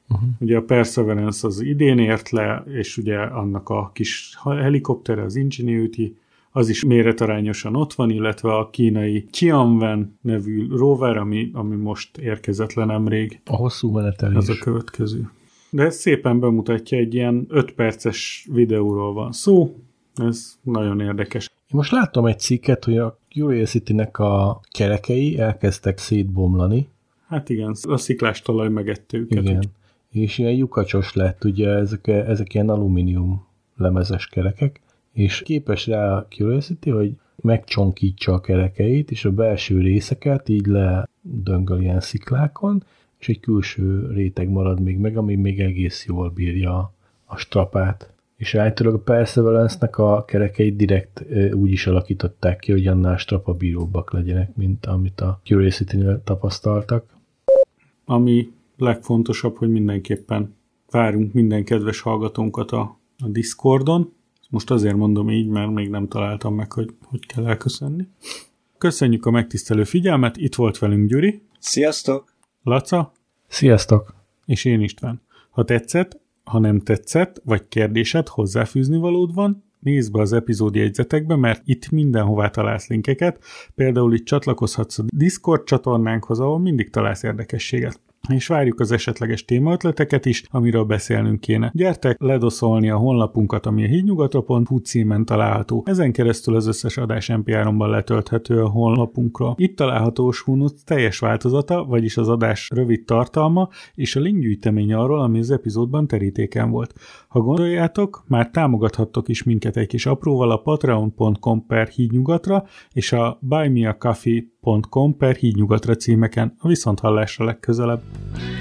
Uh-huh. Ugye a Perseverance az idén ért le, és ugye annak a kis helikoptere, az Ingenuity, az is méretarányosan ott van, illetve a kínai Tianwen nevű rover, ami, ami most érkezett le nemrég. A hosszú menetelés. Az a következő. De ez szépen bemutatja, egy ilyen öt perces videóról van szó, ez nagyon érdekes. Én most láttam egy cikket, hogy a Curiosity-nek a kerekei elkezdtek szétbomlani. Hát igen, a sziklás talaj megette őket. Igen, úgy. És ilyen lyukacsos lett, ugye ezek, ezek ilyen alumínium lemezes kerekek, és képes rá a Curiosity, hogy megcsonkítsa a kerekeit, és a belső részeket így ledöngöl ilyen sziklákon, és egy külső réteg marad még meg, ami még egész jól bírja a strapát. És állítólag a Perseverance-nek a kerekeit direkt e, úgy is alakították ki, hogy annál strapabíróbbak legyenek, mint amit a Curiosity-nél tapasztaltak. Ami legfontosabb, hogy mindenképpen várunk minden kedves hallgatónkat a, a Discordon. Most azért mondom így, mert még nem találtam meg, hogy hogy kell elköszönni. Köszönjük a megtisztelő figyelmet, itt volt velünk Gyuri. Sziasztok! Laca. Sziasztok! És én István. Ha tetszett, ha nem tetszett, vagy kérdésed, hozzáfűzni valód van, nézd be az epizódjegyzetekbe, mert itt mindenhová találsz linkeket, például itt csatlakozhatsz a Discord csatornánkhoz, ahol mindig találsz érdekességet. És várjuk az esetleges témaötleteket is, amiről beszélnünk kéne. Gyertek ledoszolni a honlapunkat, ami a hídnyugatra pont hu címen található. Ezen keresztül az összes adás em pé három-ban letölthető a honlapunkról. Itt található a show notes teljes változata, vagyis az adás rövid tartalma, és a linkgyűjtemény arról, ami az epizódban terítéken volt. Ha gondoljátok, már támogathattok is minket egy kis apróval a patreon pont com per hídnyugatra és a buymeacoffee pont com per hídnyugatra címeken. A viszonthallásra legközelebb.